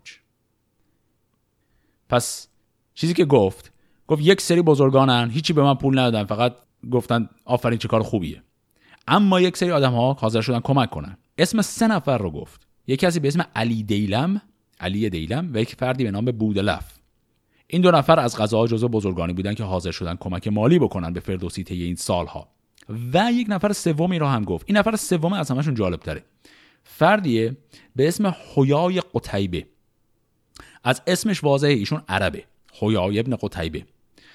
S1: پس چیزی که گفت گفت یک سری بزرگانن، هیچی به من پول ندادن، فقط گفتن آفرین چه کار خوبیه. اما یک سری آدم ها حاضر شدن کمک کنن. اسم سه نفر رو گفت. یک کسی به اسم علی دیلم، علی دیلم و یک فردی به نام بودلف. این دو نفر از قضا جزو بزرگانی بودن که حاضر شدن کمک مالی بکنن به فردوسی طی این سالها. و یک نفر سومی رو هم گفت. این نفر سوم از همشون جالب تره. فردیه به اسم خویای قتیبه. از اسمش واضحه ایشون عربه. خویای ابن قتیبه.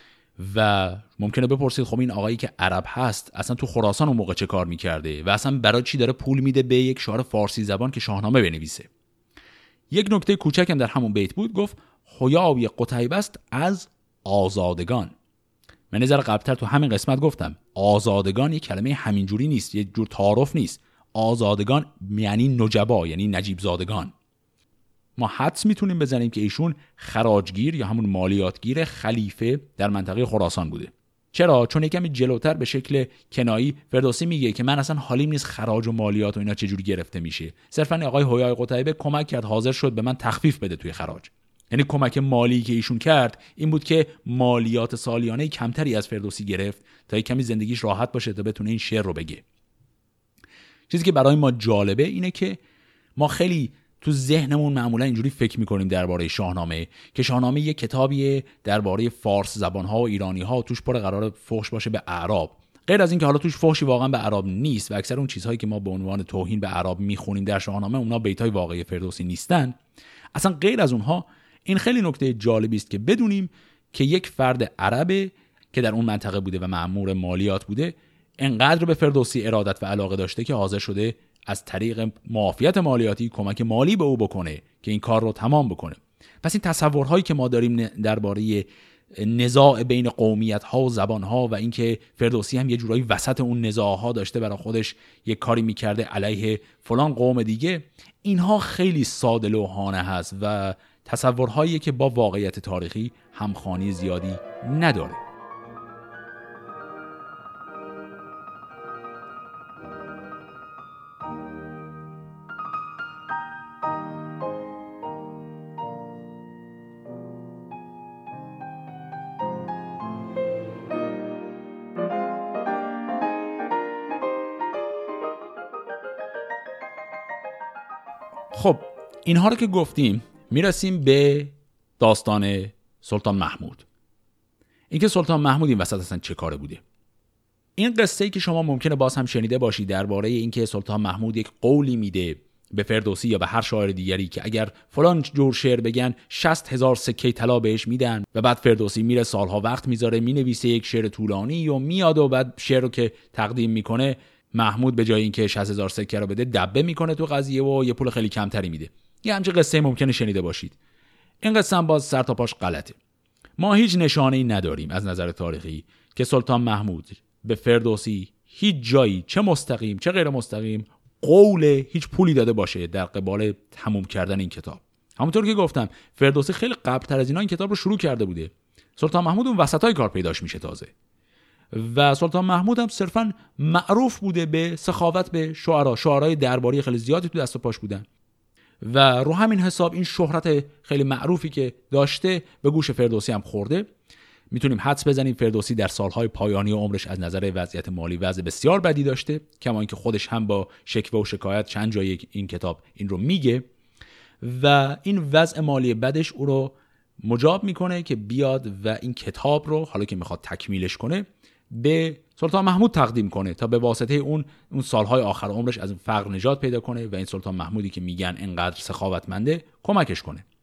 S1: و ممکنه بپرسید خب این آقایی که عرب هست اصلا تو خراسان اون موقع چه کار میکرده و اصلا برای چی داره پول میده به یک شاعر فارسی زبان که شاهنامه بنویسه؟ یک نکته کوچک هم در همون بیت بود. گفت خویای قتیبه است از آزادگان. من نظر قبلتر تو همین قسمت گفتم آزادگان یک کلمه همینجوری نیست، یک جور تعارف نیست. آزادگان یعنی نجبا، یعنی نجیب زادگان. ما حدس میتونیم بزنیم که ایشون خراجگیر یا همون مالیاتگیر خلیفه در منطقه خراسان بوده. چرا؟ چون یکمی جلوتر به شکل کنایی فردوسی میگه که من اصلا حالیم نیست خراج و مالیات و اینا چجوری گرفته میشه. صرفا آقای هویای قتیبه کمک کرد، حاضر شد به من تخفیف بده توی خراج. یعنی کمک مالی که ایشون کرد این بود که مالیات سالیانه کمتری از فردوسی گرفت تا یکمی زندگیش راحت باشه تا بتونه این شعر رو بگه. چیزی که برای ما جالبه اینه که ما خیلی تو ذهنمون معمولا اینجوری فکر میکنیم درباره شاهنامه که شاهنامه یه کتابیه درباره فارس زبان‌ها و ایرانی‌ها، توش پر قرار فحش باشه به اعراب. غیر از این که حالا توش فحشی واقعا به اعراب نیست و اکثر اون چیزهایی که ما به عنوان توهین به اعراب میخونیم در شاهنامه اونا بیتای واقعی فردوسی نیستن. اصلا غیر از اونها این خیلی نکته جالبی است که بدونیم که یک فرد عربه که در اون منطقه بوده و مأمور مالیات بوده انقدر به فردوسی ارادت و علاقه داشته که حاضر شده از طریق معافیت مالیاتی کمک مالی به او بکنه که این کار رو تمام بکنه. پس این تصورهایی که ما داریم درباره نزاع بین قومیت‌ها و زبان‌ها و اینکه فردوسی هم یه جورایی وسط اون نزاع‌ها داشته برای خودش یک کاری می‌کرده علیه فلان قوم دیگه، اینها خیلی ساده لوحانه هست و تصورهایی که با واقعیت تاریخی همخوانی زیادی نداره. خب اینها رو که گفتیم میرسیم به داستان سلطان محمود. اینکه سلطان محمود این وسط اصلا چه کاره بوده. این قصه‌ای که شما ممکنه باز هم شنیده باشید درباره اینکه سلطان محمود یک قولی میده به فردوسی یا به هر شاعر دیگری که اگر فلان جور شعر بگن شصت هزار سکه طلا بهش میدن و بعد فردوسی میره سالها وقت میذاره مینویسه یک شعر طولانی و میاد و بعد شعر رو که تقدیم میکنه محمود به جای اینکه شصت هزار سکه رو بده دبه میکنه تو قضیه و یه پول خیلی کمتری میده. یه همچین قصه ممکنه شنیده باشید. این قصه هم باز سر تا پاش غلطه. ما هیچ نشانه‌ای نداریم از نظر تاریخی که سلطان محمود به فردوسی هیچ جایی چه مستقیم چه غیر مستقیم قول هیچ پولی داده باشه در قبال تموم کردن این کتاب. همونطور که گفتم فردوسی خیلی قبل‌تر از اینا این کتاب رو شروع کرده بوده. سلطان محمود اون وسطای کار پیداش میشه تازه. و سلطان محمود هم صرفاً معروف بوده به سخاوت به شعرا، شعرای درباری خیلی زیادی تو دست و پاش بودن و رو همین حساب این شهرت خیلی معروفی که داشته به گوش فردوسی هم خورده. میتونیم حدس بزنیم فردوسی در سالهای پایانی عمرش از نظر وضعیت مالی وضع بسیار بدی داشته، کما اینکه خودش هم با شکوه و شکایت چند جای این کتاب این رو میگه و این وضع مالی بدش او رو مجاب میکنه که بیاد و این کتاب رو حالا که میخواد تکمیلش کنه به سلطان محمود تقدیم کنه تا به واسطه اون اون سالهای آخر عمرش از فقر نجات پیدا کنه و این سلطان محمودی که میگن انقدر سخاوتمنده کمکش کنه.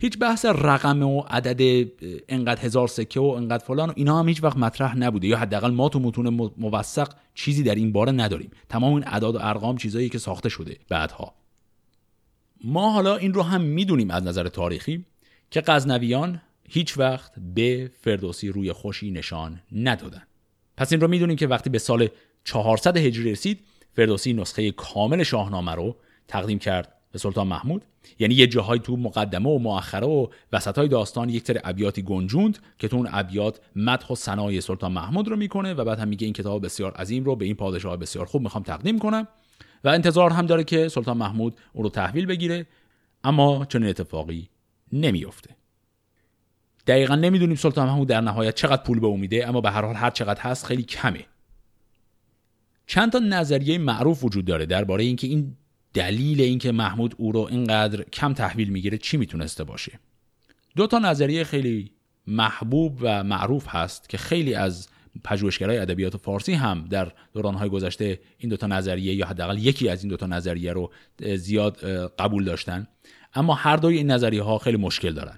S1: هیچ بحث رقم و عدد انقدر هزار سکه و انقدر فلان و اینا هم هیچ وقت مطرح نبوده، یا حداقل ما تو متون موثق چیزی در این باره نداریم. تمام این اعداد و ارقام چیزایی که ساخته شده بعدها. ما حالا این رو هم میدونیم از نظر تاریخی که غزنویان هیچ وقت به فردوسی روی خوشی نشان ندادن. پس این رو میدونیم که وقتی به سال چهارصد هجری رسید، فردوسی نسخه کامل شاهنامه رو تقدیم کرد به سلطان محمود. یعنی یه جاهای تو مقدمه و مؤخره و وسطای داستان یک سری ابیاتی گنجوند که تو اون ابیات مدح و ثنای سلطان محمود رو میکنه و بعد هم میگه این کتاب بسیار عظیم رو به این پادشاه بسیار خوب میخوام تقدیم کنم و انتظار هم داره که سلطان محمود اون رو تحویل بگیره. اما چنین اتفاقی نمیفته. دقیقاً نمیدونیم سلطان محمود در نهایت چقدر پول به اون میده، اما به هر حال هر چقدر هست خیلی کمه. چند تا نظریه معروف وجود داره درباره اینکه این دلیل اینکه محمود او رو اینقدر کم تحویل میگیره چی میتونسته باشه. دو تا نظریه خیلی محبوب و معروف هست که خیلی از پژوهشگرای ادبیات فارسی هم در دوران‌های گذشته این دو تا نظریه یا حداقل یکی از این دو تا نظریه رو زیاد قبول داشتن، اما هر دوی این نظریه‌ها خیلی مشکل دارن.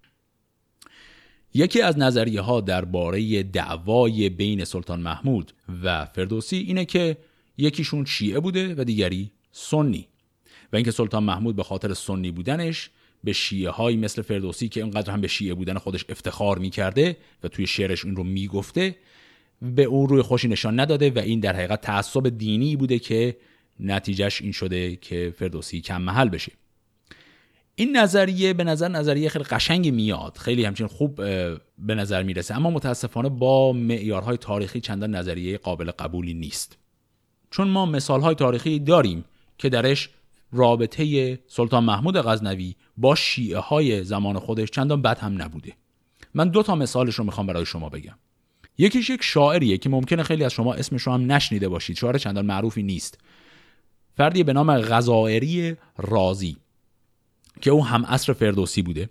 S1: یکی از نظریه ها درباره دعوای بین سلطان محمود و فردوسی اینه که یکیشون شیعه بوده و دیگری سنی، و اینکه سلطان محمود به خاطر سنی بودنش به شیعه هایی مثل فردوسی که اینقدر هم به شیعه بودن خودش افتخار میکرده و توی شعرش این رو میگفته به اون روی خوشی نشان نداده و این در حقیقت تعصب دینی بوده که نتیجهش این شده که فردوسی کم محل بشه. این نظریه به نظر نظریه خیلی قشنگی میاد، خیلی همچنین خوب به نظر میرسه، اما متاسفانه با معیارهای تاریخی چندان نظریه قابل قبولی نیست. چون ما مثالهای تاریخی داریم که درش رابطه سلطان محمود غزنوی با شیعه های زمان خودش چندان بد هم نبوده. من دو تا مثالش رو میخوام برای شما بگم. یکیش یک شاعریه که ممکنه خیلی از شما اسمش رو هم نشنیده باشید، شاعر چندان معروفی نیست، فردی به نام غزائری رازی که او هم عصر فردوسی بوده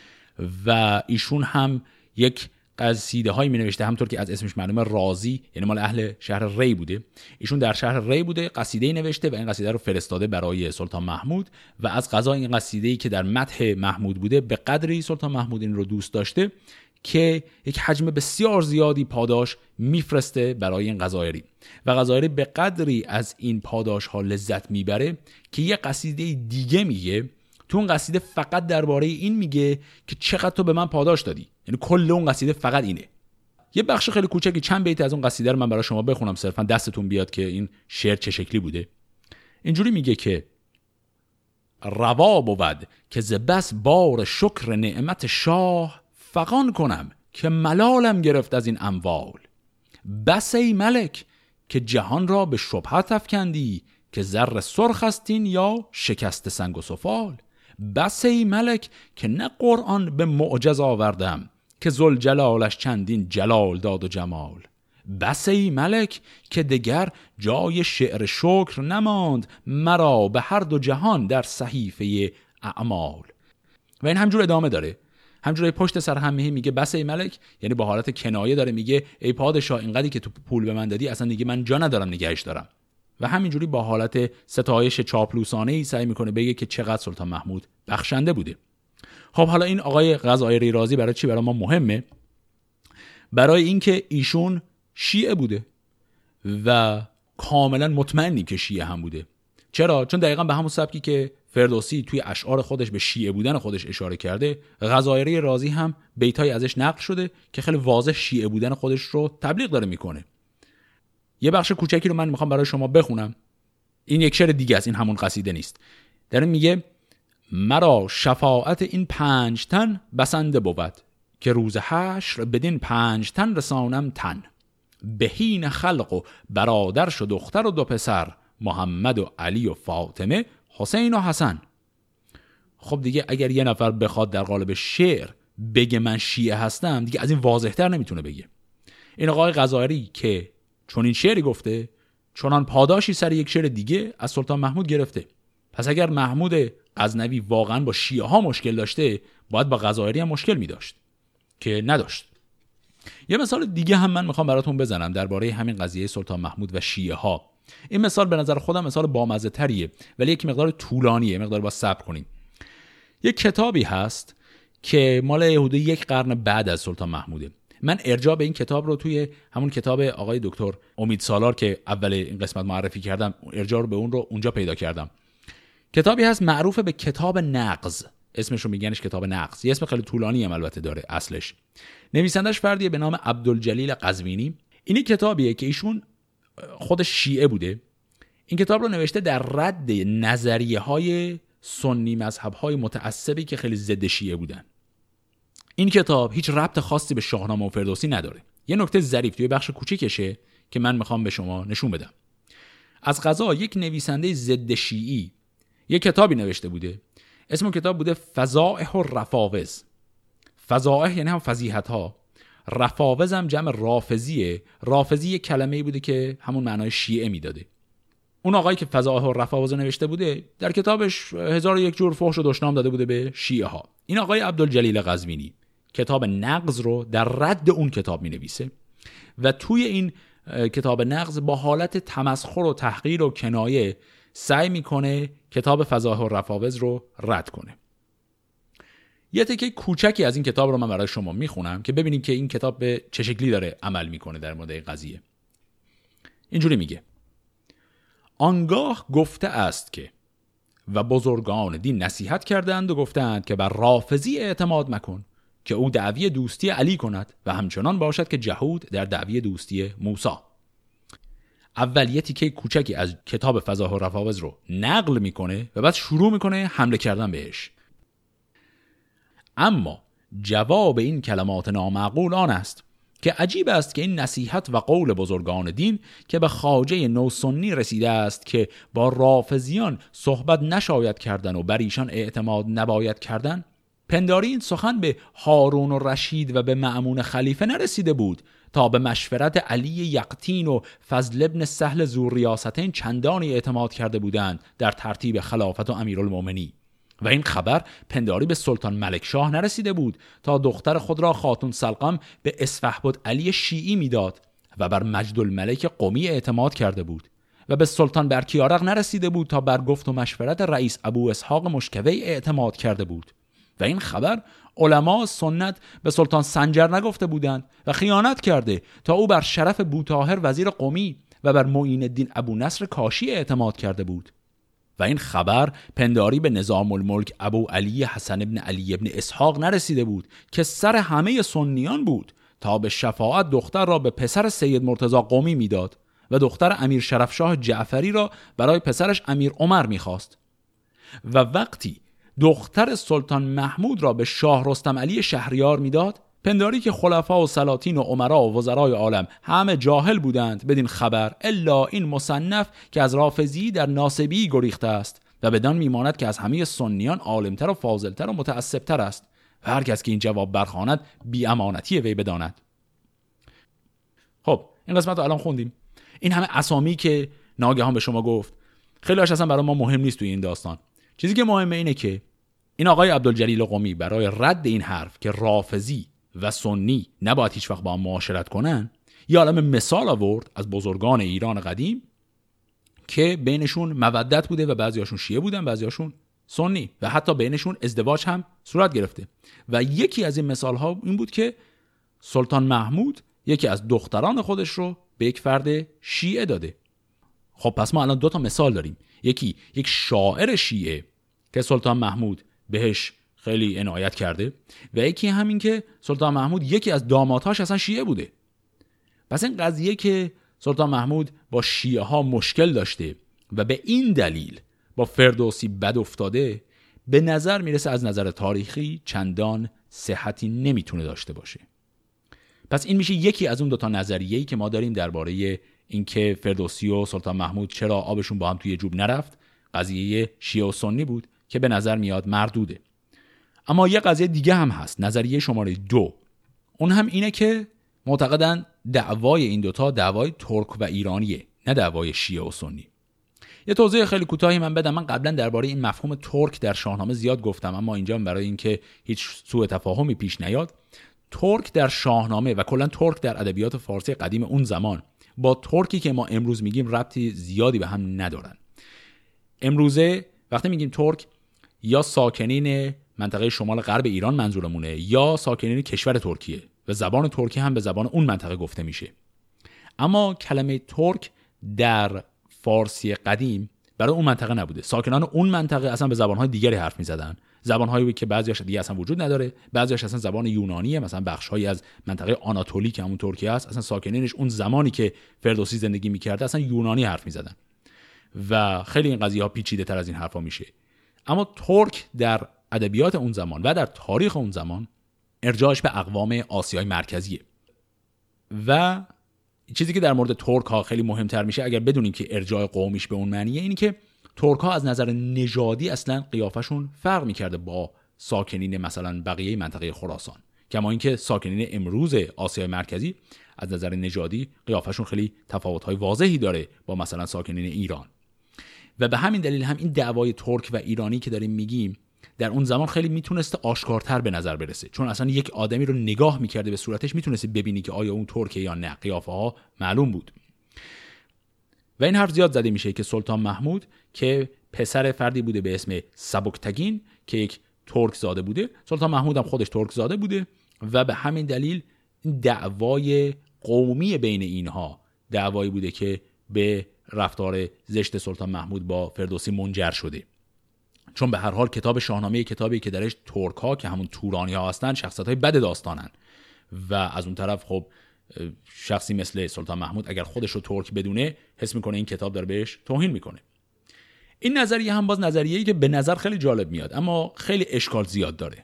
S1: و ایشون هم یک قصیده هایی می نوشته، همطور که از اسمش معلومه رازی یعنی مال اهل شهر ری بوده. ایشون در شهر ری بوده، قصیده نوشته و این قصیده رو فرستاده برای سلطان محمود و از قضا این قصیده‌ای که در مدح محمود بوده به قدری سلطان محمود این رو دوست داشته که یک حجم بسیار زیادی پاداش میفرسته برای این غزائری و غزائری به قدری از این پاداش ها لذت میبره که یک قصیده دیگه میگه، تو اون قصیده فقط درباره این میگه که چقدر تو به من پاداش دادی، یعنی کل اون قصیده فقط اینه. یه بخش خیلی کوچکی چند بیت از اون قصیده رو من برای شما بخونم صرفا دستتون بیاد که این شعر چه شکلی بوده. اینجوری میگه که روا بود که ز بس بار شکر نعمت شاه فغان کنم که ملالم گرفت از این اموال. بس ای ملک که جهان را به شبهت افکندی که زر سرخ استین یا شکست سنگ و سفال. بس ای ملک که نه قرآن به معجز آوردم که ذوالجلالش چندین جلال داد و جمال. بس ای ملک که دگر جای شعر شکر نماند مرا به هر دو جهان در صحیفه اعمال. و این همجور ادامه داره، همجوری پشت سر هم میگه بس ای ملک، یعنی با حالت کنایه داره میگه ای پادشاه اینقدری که تو پول به من دادی اصلا دیگه من جا ندارم نگهش دارم، و همینجوری با حالت ستایش چاپلوسانه‌ای سعی میکنه بگه که چقدر سلطان محمود بخشنده بوده. خب حالا این آقای غزائری رازی برای چی برای ما مهمه؟ برای اینکه ایشون شیعه بوده و کاملا مطمئنی که شیعه هم بوده. چرا؟ چون دقیقاً به همون سبکی که فردوسی توی اشعار خودش به شیعه بودن خودش اشاره کرده، غزائری رازی هم بیتای ازش نقل شده که خیلی واضح شیعه بودن خودش رو تبلیغ داره میکنه. یه بخش کوچکی رو من میخوام برای شما بخونم. این یک شعر دیگه است، این همون قصیده نیست. در این میگه مرا شفاعت این پنج تن بسنده بود که روز حشر بدین پنج تن رسانم تن. بهین خلق و برادر شد دختر و دو پسر محمد و علی و فاطمه حسین و حسن. خب دیگه اگر یه نفر بخواد در قالب شعر بگه من شیعه هستم، دیگه از این واضح‌تر نمیتونه بگه. این آقای غزائری که چون این شعری گفته، چونان پاداشی سر یک شعر دیگه از سلطان محمود گرفته. پس اگر محمود غزنوی واقعا با شیعه ها مشکل داشته، باید با غزائری هم مشکل می داشت که نداشت. یه مثال دیگه هم من میخوام براتون بزنم درباره همین قضیه سلطان محمود و شیعه ها. این مثال به نظر خودم مثال بامزه تریه، ولی یک مقدار طولانیه، مقدار با صبر کنیم. یک کتابی هست که مال حدود یک قرن بعد از سلطان محموده. من ارجاع به این کتاب رو توی همون کتاب آقای دکتر امید سالار که اول این قسمت معرفی کردم، ارجاع رو به اون رو اونجا پیدا کردم. کتابی هست معروف به کتاب نغز، اسمش رو میگنش کتاب نغز. یه اسم خیلی طولانی هم البته داره اصلش. نویسندش فردیه به نام عبدالجلیل قزوینی. این کتابیه که ایشون خودش شیعه بوده. این کتاب رو نوشته در رد نظریه های سنی مذهب های متعصبی که خیلی ضد شیعه بودن. این کتاب هیچ ربط خاصی به شاهنامه و فردوسی نداره. یه نکته ظریف توی بخش کوچیکشه که من میخوام به شما نشون بدم. از قضا یک نویسنده ضد شیعی یک کتابی نوشته بوده، اسم کتاب بوده فضائح و رفاوز. فضائح یعنی هم فضیحت ها، رفاوز هم جمع رافضیه. رافضی یک کلمه‌ای بوده که همون معنای شیعه میداده. اون آقایی که فضائح و رفاوز نوشته بوده در کتابش هزار و یک جور فحش و دشنام داده بوده به شیعه ها. این آقای عبدالجلیل قزوینی کتاب نغز رو در رد اون کتاب می نویسه و توی این کتاب نغز با حالت تمسخر و تحقیر و کنایه سعی میکنه کتاب فضائح و رفاوز رو رد کنه. یه تکه کوچکی از این کتاب رو من برای شما میخونم که ببینیم که این کتاب به چه شکلی داره عمل میکنه در مورد این قضیه. اینجوری میگه: آنگاه گفته است که و بزرگان دین نصیحت کردند و گفتند که بر رافضی اعتماد مکن که او دعوی دوستی علی کند و همچنان باشد که جهود در دعوی دوستی موسی. اول یه تیکه کوچکی از کتاب فضائح و رفاوز رو نقل میکنه و بعد شروع میکنه حمله کردن بهش. اما جواب این کلمات نامعقول آن است که عجیب است که این نصیحت و قول بزرگان دین که به خواجه نوسنی رسیده است که با رافضیان صحبت نشاید کردن و بر ایشان اعتماد نباید کردن، پنداری این سخن به هارون و رشید و به مأمون خلیفه نرسیده بود تا به مشورت علی یقطین و فضل ابن سهل ذوالریاستین چندانی اعتماد کرده بودند در ترتیب خلافت و امیرالمومنین. و این خبر پنداری به سلطان ملکشاه نرسیده بود تا دختر خود را خاتون سلقم به اسفهبد علی شیعی میداد و بر مجد الملک قمی اعتماد کرده بود و به سلطان برکیارق نرسیده بود تا بر گفت و مشورت رئیس ابو اسحاق مشکوی اعتماد کرده بود. و این خبر علما سنت به سلطان سنجر نگفته بودند و خیانت کرده تا او بر شرف بوطاهر وزیر قمی و بر معین الدین ابو نصر کاشی اعتماد کرده بود. و این خبر پنداری به نظام الملک ابو علی حسن ابن علی ابن اسحاق نرسیده بود که سر همه سنیان بود تا به شفاعت دختر را به پسر سید مرتضی قمی میداد و دختر امیر شرفشاه جعفری را برای پسرش امیر عمر میخواست. و وقتی دختر سلطان محمود را به شاه رستم علی شهریار میداد، پنداری که خلفا و سلاطین و امرا و وزرای عالم همه جاهل بودند بدین خبر الا این مصنف که از رافضی در ناصبی گریخته است و بدان میماند که از همه سنیان عالمتر و فاضلتر و متعصبتر است و هر کس که این جواب برخواند بی امانتی وی بداند. خب این قسمت رو الان خوندیم. این همه اسامی که ناگهان به شما گفت خیلی هاش اصلا برای ما مهم نیست توی این داستان. چیزی که مهمه اینه که این آقای عبدالجلیل قمی برای رد این حرف که رافضی و سنی نباید هیچ وقت با هم معاشرت کنن یه عالم مثال آورد از بزرگان ایران قدیم که بینشون مودت بوده و بعضیاشون شیعه بودن بعضیاشون سنی و حتی بینشون ازدواج هم صورت گرفته. و یکی از این مثال ها این بود که سلطان محمود یکی از دختران خودش رو به یک فرد شیعه داده. خب پس ما الان دو تا مثال داریم، یکی یک شاعر شیعه که سلطان محمود بهش خیلی عنایت کرده و یکی همین که سلطان محمود یکی از دامادهاش اصلا شیعه بوده. پس این قضیه که سلطان محمود با شیعه ها مشکل داشته و به این دلیل با فردوسی بد افتاده به نظر میرسه از نظر تاریخی چندان صحتی نمیتونه داشته باشه. پس این میشه یکی از اون دوتا نظریه‌ای که ما داریم درباره اینکه فردوسی و سلطان محمود چرا آبشون با هم توی جوب نرفت. قضیه شیعه و سنی بود که به نظر میاد مردوده. اما یه قضیه دیگه هم هست، نظریه شماره دو. اون هم اینه که معتقدن دعوای این دوتا دعوای ترک و ایرانیه، نه دعوای شیعه و سنی. یه توضیح خیلی کوتاهی من بدم. من قبلا درباره این مفهوم ترک در شاهنامه زیاد گفتم، اما اینجا برای اینکه هیچ سوء تفاهمی پیش نیاد، ترک در شاهنامه و کلا ترک در ادبیات فارسی قدیم اون زمان با ترکی که ما امروز میگیم ربطی زیادی به هم ندارن. امروزه وقتی میگیم ترک یا ساکنین منطقه شمال غرب ایران منظورمونه یا ساکنین کشور ترکیه و زبان ترکی هم به زبان اون منطقه گفته میشه. اما کلمه ترک در فارسی قدیم برای اون منطقه نبوده. ساکنان اون منطقه اصلا به زبان‌های دیگری حرف می‌زدن. زبان‌هایی که بعضی‌اش دیگه اصلا وجود نداره، بعضی‌اش اصلا زبان یونانیه، مثلا بخش‌هایی از منطقه آناتولی که همون ترکیه است، اصلا ساکنینش اون زمانی که فردوسی زندگی می‌کرده اصلا یونانی حرف می‌زدن. و خیلی این قضیه‌ها پیچیده‌تر از این حرفا میشه. اما ترک در ادبیات اون زمان و در تاریخ اون زمان ارجاعش به اقوام آسیای مرکزیه. و چیزی که در مورد ترک ها خیلی مهمتر میشه اگر بدونیم که ارجاع قومیش به اون معنیه، اینی که ترک ها از نظر نژادی اصلا قیافشون فرق میکرده با ساکنین مثلا بقیه منطقه خراسان، کما اینکه ساکنین امروز آسیای مرکزی از نظر نژادی قیافشون خیلی تفاوت‌های واضحی داره با مثلا ساکنین ایران. و به همین دلیل هم این دعوای ترک و ایرانی که داریم میگیم در اون زمان خیلی میتونسته آشکارتر به نظر برسه، چون اصلا یک آدمی رو نگاه میکرده به صورتش میتونسته ببینی که آیا اون ترکه یا نه، قیافه ها معلوم بود. و این حرف زیاد زده میشه که سلطان محمود که پسر فردی بوده به اسم سبکتگین که یک ترک زاده بوده، سلطان محمود هم خودش ترک زاده بوده و به همین دلیل دعوای قومی بین اینها دعوایی بوده که به رفتار زشت سلطان محمود با فردوسی منجر شده. چون به هر حال کتاب شاهنامه کتابی که درش ترک ها که همون تورانی ها هستن شخصیت های بد داستانن و از اون طرف خب شخصی مثل سلطان محمود اگر خودش رو ترک بدونه حس میکنه این کتاب داره بهش توهین میکنه. این نظریه هم باز نظریه‌ای که به نظر خیلی جالب میاد اما خیلی اشکال زیاد داره.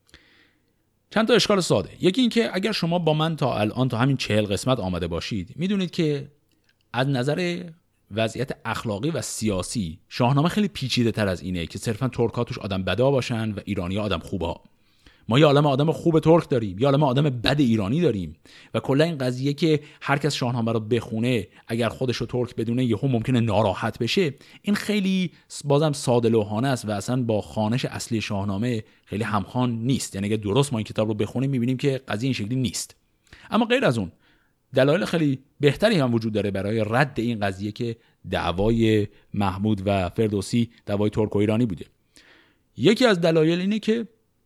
S1: چند تا اشکال ساده. یکی این که اگر شما با من تا الان تا همین چهل قسمت آمده باشید میدونید که از نظر وضعیت اخلاقی و سیاسی شاهنامه خیلی پیچیده تر از اینه که صرفا ترک‌ها توش آدم بدا باشن و ایرانی‌ها آدم خوبا. ما یه عالمه آدم خوب ترک داریم، یه عالمه آدم بد ایرانی داریم و کلا این قضیه که هر کس شاهنامه رو بخونه اگر خودش رو ترک بدونه یهو ممکنه ناراحت بشه، این خیلی بازم ساده لوحانه است و اصلا با خوانش اصلی شاهنامه خیلی همخوان نیست. یعنی اگه درست ما این کتاب رو بخونیم می‌بینیم که قضیه این شکلی نیست. اما غیر از اون دلایل خیلی بهتری هم وجود داره برای رد این قضیه که دعوای محمود و فردوسی دعوای ترک و ایرانی بوده. یکی از دلایل اینه که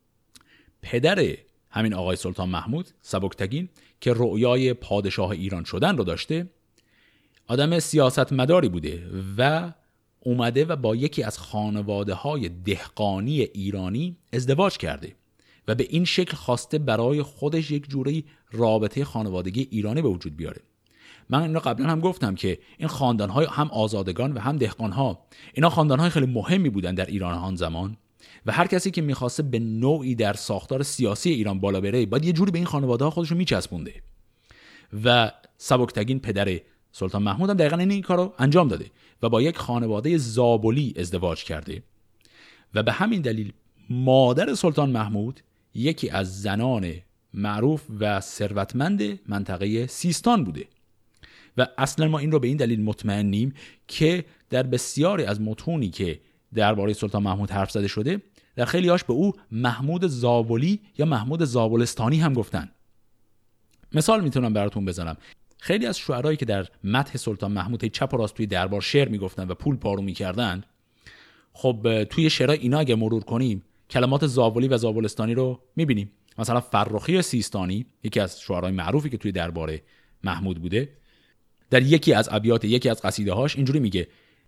S1: پدر همین آقای سلطان محمود سبکتگین که رؤیای پادشاه ایران شدن رو داشته، آدم سیاستمداری بوده و اومده و با یکی از خانواده‌های دهقانی ایرانی ازدواج کرده و به این شکل خواسته برای خودش یک جوری رابطه خانوادگی ایرانی به وجود بیاره. من اینو قبلا هم گفتم که این خاندان‌های هم آزادگان و هم دهقان‌ها اینا خاندان‌های خیلی مهمی بودن در ایران آن زمان و هر کسی که می‌خواسته به نوعی در ساختار سیاسی ایران بالا بره باید یه جوری به این خانواده‌ها خودش رو میچسبونده و سبکتگین پدر سلطان محمود هم دقیقاً این کارو انجام داده و با یک خانواده زابلی ازدواج کرده و به همین دلیل مادر سلطان محمود یکی از زنان معروف و ثروتمند منطقه سیستان بوده و اصلا ما این رو به این دلیل مطمئنیم که در بسیاری از متونی که درباره سلطان محمود حرف زده شده در خیلی هاش به او محمود زابلی یا محمود زابلستانی هم گفتن. مثال میتونم براتون بزنم. خیلی از شعرایی که در مدح سلطان محمود چپ و راست توی دربار شعر میگفتن و پول پارو میکردن، خب توی شعرهای اینا اگه مرور کنیم کلمات زابلی و زابلستانی رو میبینیم. مثلا فرخی سیستانی یکی از شعرهای معروفی که توی دربار محمود بوده در یکی از ابیات یکی از قصیده هاش اینجوری میگه: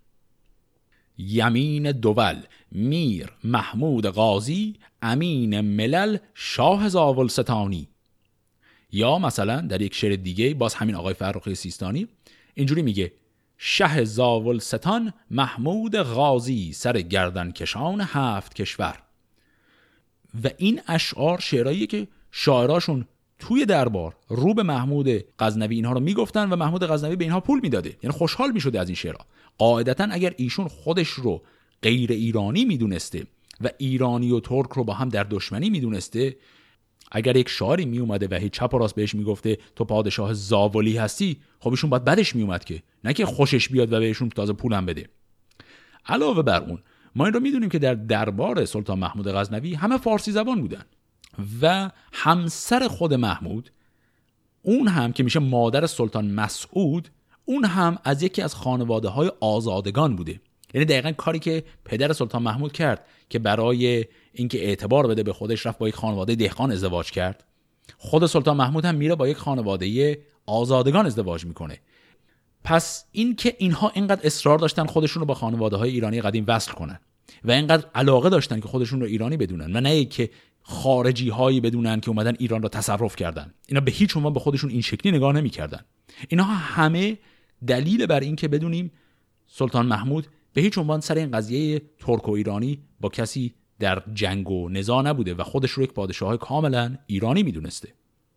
S1: یمین دول میر محمود غازی امین ملل شاه زاولستانی. یا مثلا در یک شعر دیگه باز همین آقای فرخی سیستانی اینجوری میگه: شه زاولستان محمود غازی سر گردن کشان هفت کشور. و این اشعار شعرهاییه که شاعراشون توی دربار رو به محمود غزنوی اینها رو میگفتن و محمود غزنوی به اینها پول میداده، یعنی خوشحال میشده از این شعرها. قاعدتا اگر ایشون خودش رو غیر ایرانی میدونسته و ایرانی و ترک رو با هم در دشمنی میدونسته، اگر یک شاعری میومده و هیچ چپ و راست بهش میگفته تو پادشاه زاولی هستی، خب ایشون باید بدش میومد که نه که خوشش بیاد و بهشون تازه پولم بده. علاوه بر اون ما این رو میدونیم که در دربار سلطان محمود غزنوی همه فارسی زبان بودن و همسر خود محمود، اون هم که میشه مادر سلطان مسعود، اون هم از یکی از خانواده های آزادگان بوده یعنی دقیقاً کاری که پدر سلطان محمود کرد که برای اینکه اعتبار بده به خودش رفت با یک خانواده دهقان ازدواج کرد، خود سلطان محمود هم میره با یک خانواده آزادگان ازدواج میکنه. پس این که اینها اینقدر اصرار داشتن خودشون رو با خانواده های ایرانی قدیم وصل کنن و اینقدر علاقه داشتن که خودشون رو ایرانی بدونن و نه که خارجی هایی بدونن که اومدن ایران رو تصرف کردن، اینا به هیچ عنوان به خودشون این شکلی نگاه نمی‌کردن. اینها همه دلیل بر این که بدونیم سلطان محمود به هیچ عنوان سر این قضیه ترک و ایرانی با کسی در جنگ و نزاع نبوده و خودش رو یک پادشاه کاملا ایرانی میدونسته.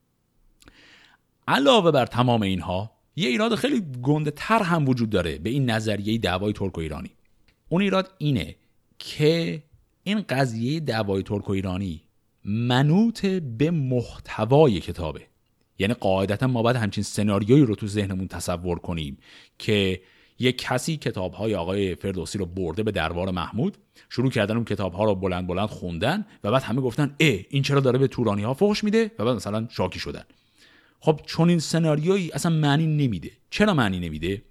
S1: علاوه بر تمام اینها یه ایراد خیلی گنده تر هم وجود داره به این نظریه دعوای ترک و ایرانی. اون ایراد اینه که این قضیه دعوای ترک و ایرانی منوط به محتوای کتابه. یعنی قاعدتا ما باید همچین سناریویی رو تو ذهنمون تصور کنیم که یک کسی کتاب‌های آقای فردوسی رو برده به دربار محمود، شروع کردن اون کتاب‌ها رو بلند بلند خوندن و بعد همه گفتن اه این چرا داره به تورانی‌ها فحش میده و بعد مثلا شاکی شدن. خب چون این سناریویی اصلا معنی نمیده. چرا معنی نمیده؟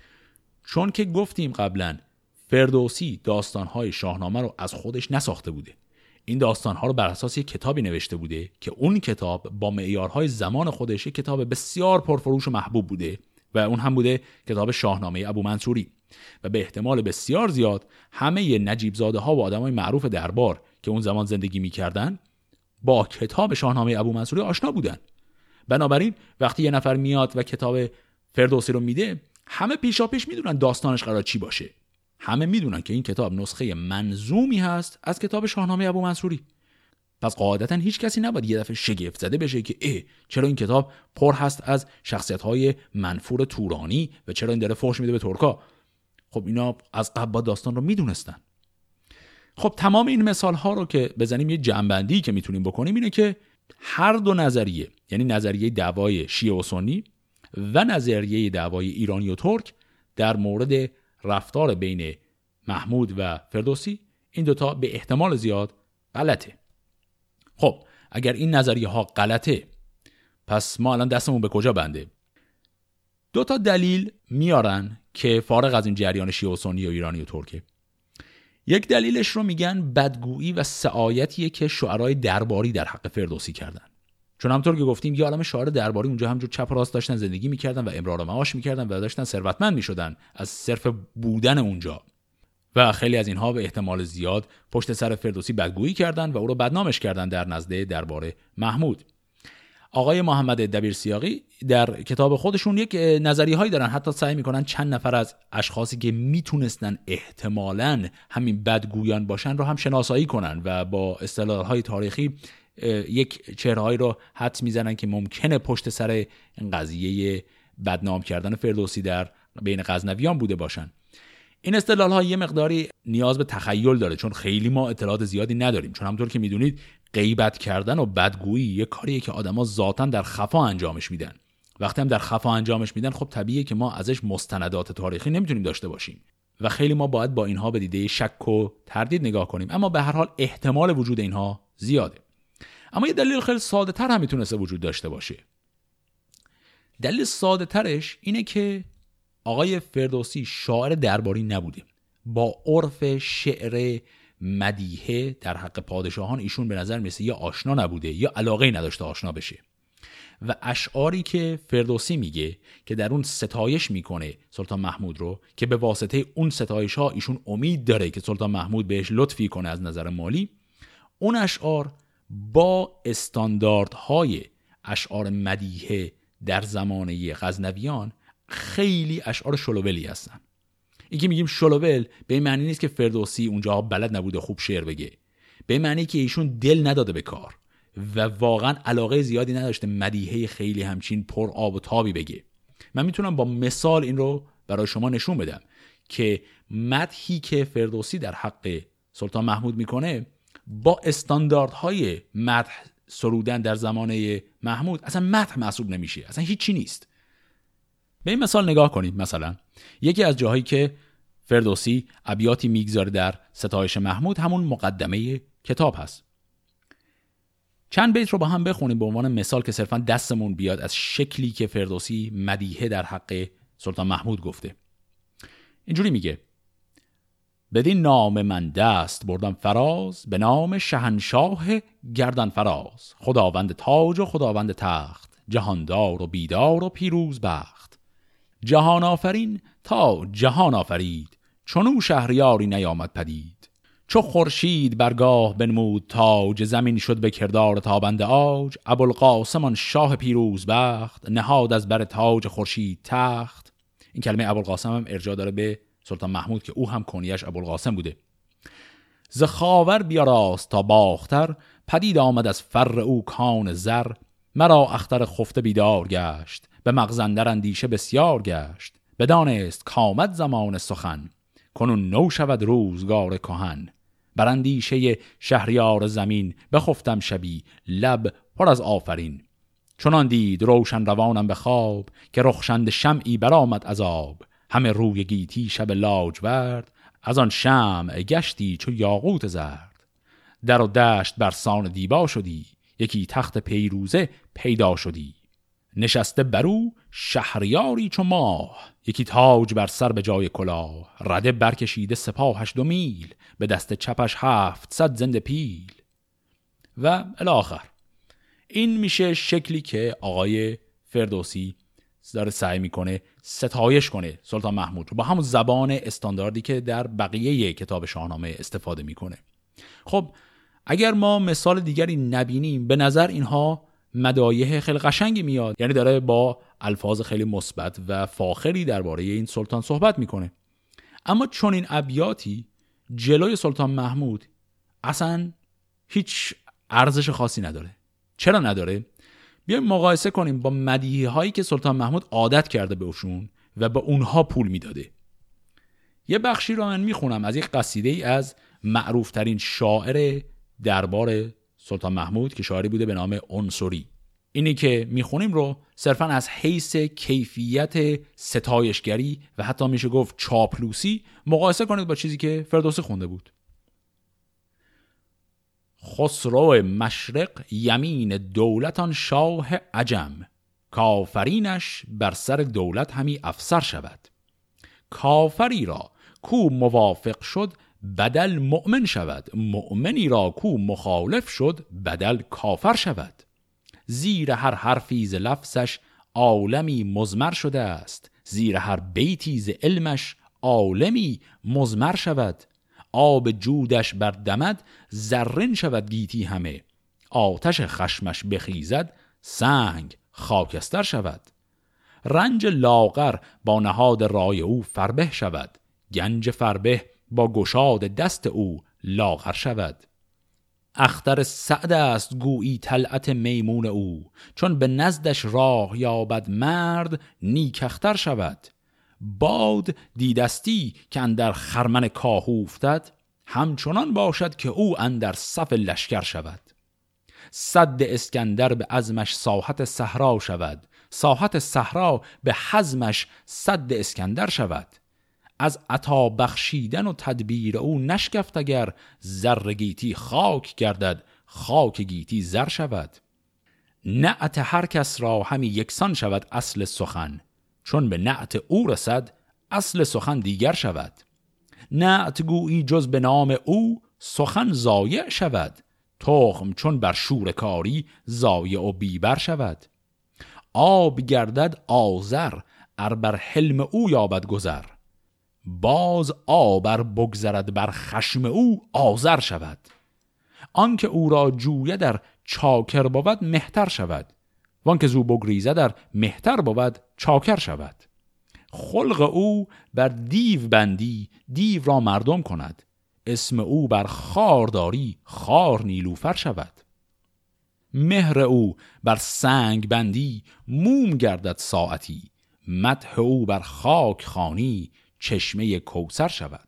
S1: چون که گفتیم قبلا فردوسی داستان‌های شاهنامه رو از خودش نساخته بوده. این داستان‌ها رو بر اساس یک کتابی نوشته بوده که اون کتاب با معیارهای زمان خودش یک کتاب بسیار پرفروش و محبوب بوده و اون هم بوده کتاب شاهنامه ابو منصوری و به احتمال بسیار زیاد همه نجیب زاده ها و آدمای معروف دربار که اون زمان زندگی می‌کردن با کتاب شاهنامه ابو منصوری آشنا بودن. بنابراین وقتی یه نفر میاد و کتاب فردوسی رو میده، همه پیشا پیش میدونن داستانش قرار چی باشه. همه میدونن که این کتاب نسخه منظومی هست از کتاب شاهنامه ابو منصوری. پس قاعدتا هیچ کسی نباید یه دفعه شگفت زده بشه که اه چرا این کتاب پر هست از شخصیت‌های منفور تورانی و چرا این داره فحش میده به ترکا. خب اینا از قبل داستان رو میدونستن. خب تمام این مثال‌ها رو که بزنیم یه جمع‌بندی که میتونیم بکنیم اینه که هر دو نظریه، یعنی نظریه دعوای شیعه و سنی و نظریه دعوای ایرانی و ترک در مورد رفتار بین محمود و فردوسی، این دوتا به احتمال زیاد غلطه. خب اگر این نظریه ها غلطه، پس ما الان دستمون به کجا بنده؟ دو تا دلیل میارن که فارغ از این جریان شیعه و سنی و ایرانی و ترکه. یک دلیلش رو میگن بدگویی و سعایتیه که شعرای درباری در حق فردوسی کردن. چون همونطور که گفتیم یه عالم شاعر درباری اونجا همجور چپ و راست داشتن زندگی میکردن و امرار معاش میکردن و داشتن ثروتمند میشدن از صرف بودن اونجا و خیلی از اینها به احتمال زیاد پشت سر فردوسی بدگویی کردن و او رو بدنامش کردن در نزد دربار محمود. آقای محمد دبیرسیاقی در کتاب خودشون یک نظریه هایی دارن، حتی سعی میکنن چند نفر از اشخاصی که میتونستن احتمالاً همین بدگویان باشن رو هم شناسایی کنن و با اصطلاحات تاریخی یک چهرهایی رو حدس میزنن که ممکنه پشت سر این قضیه بدنام کردن فردوسی در بین غزنویان بوده باشن. این اصطلاحات یه مقداری نیاز به تخیل داره چون خیلی ما اطلاعات زیادی نداریم، چون همونطور که میدونید غیبت کردن و بدگویی یه کاریه که آدما ذاتاً در خفا انجامش میدن. وقتی هم در خفا انجامش میدن خب طبیعیه که ما ازش مستندات تاریخی نمیتونیم داشته باشیم و خیلی ما باید با اینها به دیده شک و تردید نگاه کنیم، اما به هر حال احتمال وجود اینها زیاده. اما یه دلیل خیلی ساده تر هم میتونسته وجود داشته باشه. دلیل ساده ترش اینه که آقای فردوسی شاعر درباری نبوده. با عرف شعر مدیحه در حق پادشاهان ایشون به نظر میسه یا آشنا نبوده یا علاقه نداشته آشنا بشه و اشعاری که فردوسی میگه که در اون ستایش میکنه سلطان محمود رو که به واسطه اون ستایش ها ایشون امید داره که سلطان محمود بهش لطفی کنه از نظر مالی، اون اشعار با استانداردهای اشعار مدیحه در زمانه غزنویان خیلی اشعار شلوولی هستن. این که میگیم شلوول به این معنی نیست که فردوسی اونجا بلد نبوده خوب شعر بگه، به این معنی که ایشون دل نداده به کار و واقعا علاقه زیادی نداشته مدیحه خیلی همچین پر آب و تابی بگه. من میتونم با مثال این رو برای شما نشون بدم که مدحی که فردوسی در حق سلطان محمود میکنه با استانداردهای مدح سرودن در زمانه محمود اصلا مدح محسوب نمیشه، اصلا هیچی نیست. به این مثال نگاه کنید. مثلا یکی از جاهایی که فردوسی ابیاتی میگذاره در ستایش محمود همون مقدمه کتاب هست. چند بیت رو با هم بخونیم به عنوان مثال که صرفا دستمون بیاد از شکلی که فردوسی مدیحه در حق سلطان محمود گفته. اینجوری میگه: بدین نام من دست بردم فراز، به نام شهنشاه گردن فراز. خداوند تاج و خداوند تخت، جهاندار و بیدار و پیروز بخت. جهان آفرین تا جهان آفرید، چونو شهریاری نیامد پدید. چو خورشید برگاه بنمود تاج، زمین شد به کردار تابند آج. ابوالقاسم آن شاه پیروز بخت، نهاد از بر تاج خورشید تخت. این کلمه ابوالقاسم هم ارجاع داره به سلطان محمود که او هم کنیش ابوالقاسم بوده. ز خاور بیاراست تا باختر، پدید آمد از فر او کان زر. مرا اختر خفته بیدار گشت، به مغز اندر اندیشه بسیار گشت. بدانست کامد زمان سخن، کنون نو شود روزگار کهن. بر اندیشه شهریار زمین، بخفتم شبی لب پر از آفرین. چنان دید روشن روانم به خواب، که رخشند شمعی برآمد از آب. همه روی گیتی شب لاجورد، از آن شمع گشتی چو یاقوت زرد. در و دشت برسان دیبا شدی، یکی تخت پیروزه پیدا شدی. نشسته برو شهریاری چو ماه، یکی تاج بر سر به جای کلاه. رده برکشیده سپاهش دو میل، به دست چپش هفت صد زنده پیل. و الاخر. این میشه شکلی که آقای فردوسی داره سعی میکنه ستایش کنه سلطان محمود رو با همون زبان استانداردی که در بقیه کتاب شاهنامه استفاده میکنه. خب اگر ما مثال دیگری نبینیم، به نظر اینها مدایح خیلی قشنگی میاد، یعنی داره با الفاظ خیلی مثبت و فاخری درباره این سلطان صحبت میکنه. اما چون این ابیاتی جلوی سلطان محمود اصلا هیچ ارزش خاصی نداره. چرا نداره؟ بیایم مقایسه کنیم با مدیحه هایی که سلطان محمود عادت کرده بهشون و به اونها پول میداده. یه بخشی رو من میخونم از یک قصیده ای از معروف ترین شاعر دربار سلطان محمود که شاعری بوده به نام عنصری. اینی که میخونیم رو صرفا از حیث کیفیت ستایشگری و حتی میشه گفت چاپلوسی مقایسه کنید با چیزی که فردوسی خونده بود. خسرو مشرق یمین دولتان شاه عجم، کافرینش بر سر دولت همی افسر شود. کافری را کو موافق شد بدل مؤمن شود، مؤمنی را کو مخالف شد بدل کافر شود. زیر هر حرفی ز لفظش عالمی مضمر شده است، زیر هر بیتی ز علمش عالمی مضمر شود. آب جودش بر دمد زرین شود گیتی همه، آتش خشمش بخیزد سنگ خاکستر شود. رنج لاغر با نهاد رای او فربه شود، گنج فربه با گشاد دست او لاغر شود. اختر سعد است گویی طلعت میمون او، چون به نزدش راه یابد مرد نیک اختر شود. باد دیدستی که اندر خرمن کاه افتد، همچنان باشد که او اندر صف لشکر شود. سد اسکندر به عزمش ساحت صحرا شود، ساحت صحرا به حزمش سد اسکندر شود. از عطا بخشیدن و تدبیر او نشگفت اگر، زر گیتی خاک گردد خاک گیتی زر شود. نعت هر کس را همی یکسان شود اصل سخن، چون به نعت او رسد اصل سخن دیگر شود. نعت گویی جز به نام او سخن ضایع شود، تخم چون بر شور کاری ضایع و بیبر شود. آب گردد آذر ار بر حلم او یابد گذر، باز آب ار بگذرد بر خشم او آذر شود. آنکه او را جویه در چاکر بود مهتر شود، وانکه زو بگریزه در مهتر بود چاکر شود. خلق او بر دیو بندی دیو را مردم کند، اسم او بر خار داری خار نیلوفر شود. مهر او بر سنگ بندی موم گردد ساعتی، مدح او بر خاک خانی چشمه کوثر شود.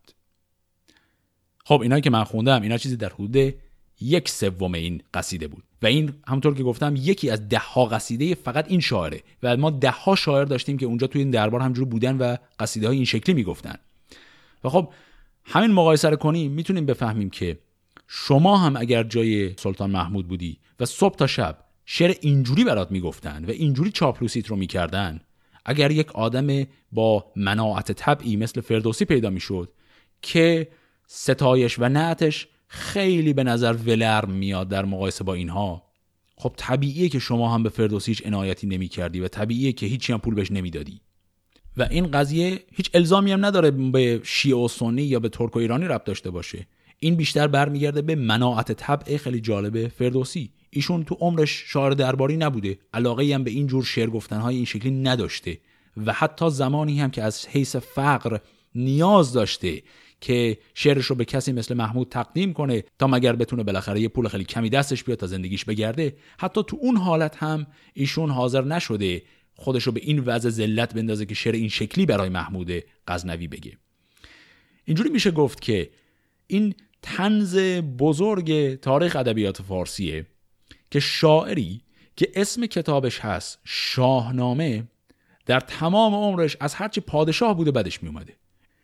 S1: خب اینا که من خوندم اینا چیزی در حدود یک سوم این قصیده بود و این همونطور که گفتم یکی از ده ها قصیده فقط این شاعره و ما ده ها شاعر داشتیم که اونجا توی این دربار همجور بودن و قصیده های این شکلی میگفتن. و خب همین مقایسه رو کنیم میتونیم بفهمیم که شما هم اگر جای سلطان محمود بودی و صبح تا شب شعر اینجوری برات میگفتن و اینجوری چاپلوسیت رو میکردن، اگر یک آدم با مناعت طبعی مثل فردوسی پیدا میشد که ستایش و نعتش خیلی به نظر ولرم میاد در مقایسه با اینها. خب طبیعیه که شما هم به فردوسی هیچ عنایتی نمی کردی و طبیعیه که هیچی هم پول بهش نمیدادی و این قضیه هیچ الزامی هم نداره به شیعه و سنی یا به ترک و ایرانی ربط داشته باشه. این بیشتر برمیگرده به مناعت طبع خیلی جالب فردوسی. ایشون تو عمرش شاعر درباری نبوده، علاقه‌ای هم به این جور شعر گفتن‌های این شکلی نداشته و حتی زمانی هم که از حیث فقر نیاز داشته که شعرش رو به کسی مثل محمود تقدیم کنه تا مگر بتونه بالاخره یه پول خیلی کمی دستش بیاد تا زندگیش بگرده، حتی تو اون حالت هم ایشون حاضر نشده خودش رو به این وضع ذلت بندازه که شعر این شکلی برای محمود غزنوی بگه. اینجوری میشه گفت که این طنز بزرگ تاریخ ادبیات فارسیه که شاعری که اسم کتابش هست شاهنامه در تمام عمرش از هرچی پادشاه بوده بدش می اومده.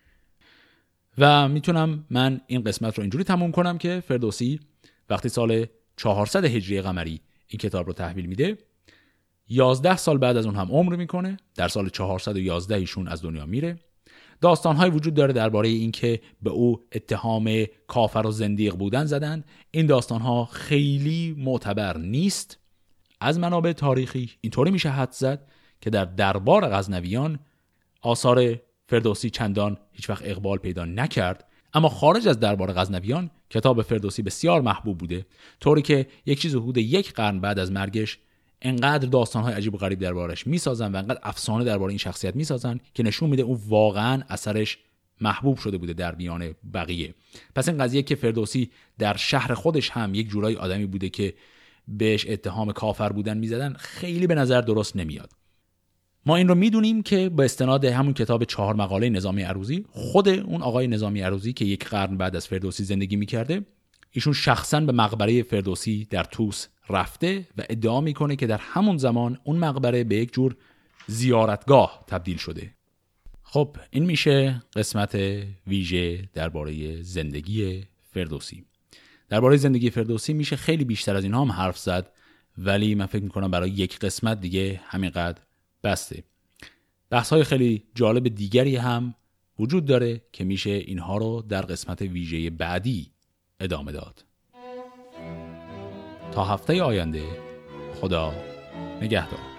S1: و میتونم من این قسمت رو اینجوری تموم کنم که فردوسی وقتی سال چهارصد هجری قمری این کتاب رو تحویل میده، یازده سال بعد از اون هم عمر میکنه، در سال چهارصد و یازده ایشون از دنیا میره. داستان‌های وجود داره درباره این که به او اتهام کافر و زندیق بودن زدن. این داستان‌ها خیلی معتبر نیست. از منابع تاریخی اینطوری میشه حدس زد که در دربار غزنویان آثار فردوسی چندان هیچ وقت اقبال پیدا نکرد، اما خارج از دربار غزنویان کتاب فردوسی بسیار محبوب بوده، طوری که یک چیز حدود یک قرن بعد از مرگش انقدر داستان‌های عجیب و غریب دربارش میسازن و انقدر افسانه درباره این شخصیت میسازن که نشون میده اون واقعا اثرش محبوب شده بوده در میان بقیه. پس این قضیه که فردوسی در شهر خودش هم یک جورایی آدمی بوده که بهش اتهام کافر بودن میزدن خیلی به نظر درست نمیاد. ما این رو میدونیم که با استناد همون کتاب چهار مقاله نظامی عروضی، خود اون آقای نظامی عروضی که یک قرن بعد از فردوسی زندگی میکرده، ایشون شخصاً به مقبره فردوسی در طوس رفته و ادعا میکنه که در همون زمان اون مقبره به یک جور زیارتگاه تبدیل شده. خب این میشه قسمت ویژه درباره زندگی فردوسی. درباره زندگی فردوسی میشه خیلی بیشتر از اینها هم حرف زد، ولی من فکر میکنم برای یک قسمت دیگه همینقدر بسته. بحث‌های خیلی جالب دیگری هم وجود داره که میشه اینها رو در قسمت ویژه بعدی ادامه داد. تا هفته آینده، خدا نگهدار.